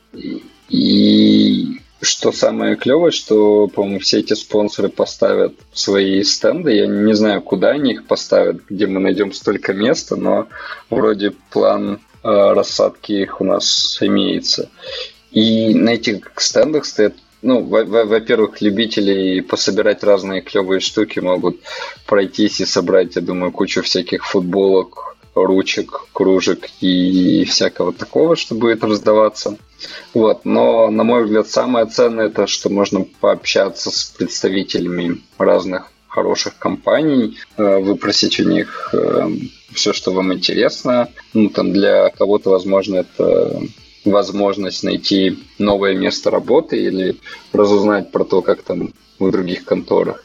И что самое клевое, что, по-моему, все эти спонсоры поставят свои стенды. Я не знаю, куда они их поставят, где мы найдем столько места, но вроде план рассадки их у нас имеется. И на этих стендах стоят, ну, во-первых, любители пособирать разные клевые штуки могут пройтись и собрать, я думаю, кучу всяких футболок, ручек, кружек и всякого такого, что будет раздаваться. Вот. Но, на мой взгляд, самое ценное это, что можно пообщаться с представителями разных хороших компаний, выпросить у них все, что вам интересно. Ну, там для кого-то, возможно, это возможность найти новое место работы или разузнать про то, как там в других конторах.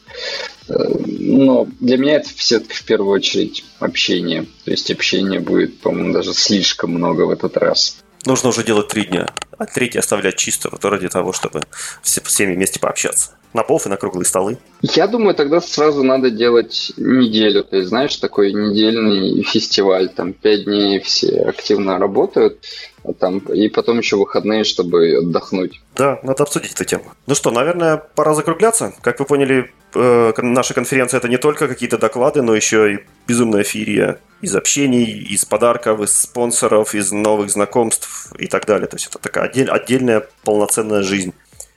Но для меня это все-таки в первую очередь общение. То есть общения будет, по-моему, даже слишком много в этот раз. Нужно уже делать 3 дня, а 3 оставлять чисто вот ради того, чтобы всеми вместе пообщаться. На полф и на круглые столы. Я думаю, тогда сразу надо делать неделю. То есть, знаешь, такой недельный фестиваль. Там 5 дней все активно работают, и потом еще выходные, чтобы отдохнуть. Да, надо обсудить эту тему. Ну что, наверное, пора закругляться. Как вы поняли, наша конференция – это не только какие-то доклады, но еще и безумная феерия из общений, из подарков, из спонсоров, из новых знакомств и так далее. То есть это такая отдельная полноценная жизнь.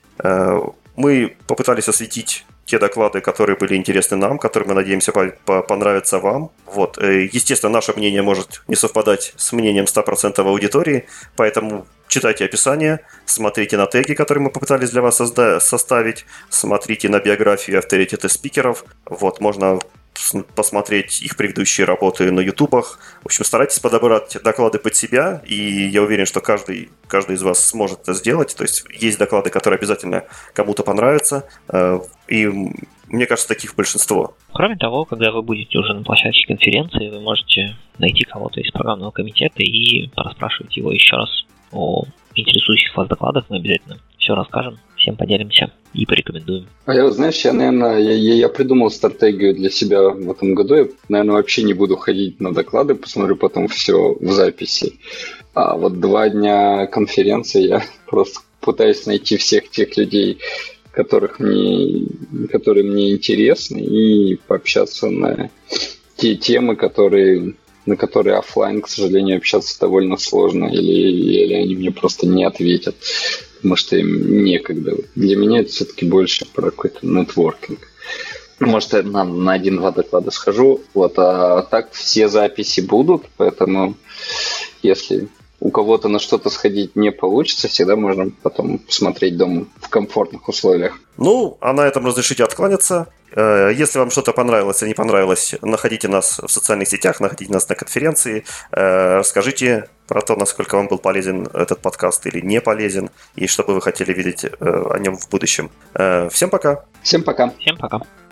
Мы попытались осветить те доклады, которые были интересны нам, которые, мы надеемся, понравятся вам. Вот. Естественно, наше мнение может не совпадать с мнением 100% аудитории, поэтому читайте описание, смотрите на теги, которые мы попытались для вас составить, смотрите на биографии и авторитеты спикеров. Вот, можно посмотреть их предыдущие работы на ютубах. В общем, старайтесь подобрать доклады под себя, и я уверен, что каждый из вас сможет это сделать. То есть есть доклады, которые обязательно кому-то понравятся, и мне кажется, таких большинство. Кроме того, когда вы будете уже на площадке конференции, вы можете найти кого-то из программного комитета и расспрашивать его еще раз о интересующих вас докладах. Мы обязательно все расскажем, всем поделимся и порекомендуем. Знаешь, я придумал стратегию для себя в этом году. Я, наверное, вообще не буду ходить на доклады, посмотрю потом все в записи. А вот 2 дня конференции я просто пытаюсь найти всех тех людей, которые мне интересны, и пообщаться на те темы, на которые офлайн, к сожалению, общаться довольно сложно, или они мне просто не ответят, потому что им некогда. Для меня это все-таки больше про какой-то нетворкинг. Может, я на 1-2 доклада схожу, вот, а так все записи будут, поэтому если у кого-то на что-то сходить не получится, всегда можно потом посмотреть дома в комфортных условиях. Ну, а на этом разрешите откланяться. Если вам что-то понравилось или не понравилось, находите нас в социальных сетях, находите нас на конференции, расскажите про то, насколько вам был полезен этот подкаст или не полезен, и что бы вы хотели видеть о нем в будущем. Всем пока! Всем пока! Всем пока!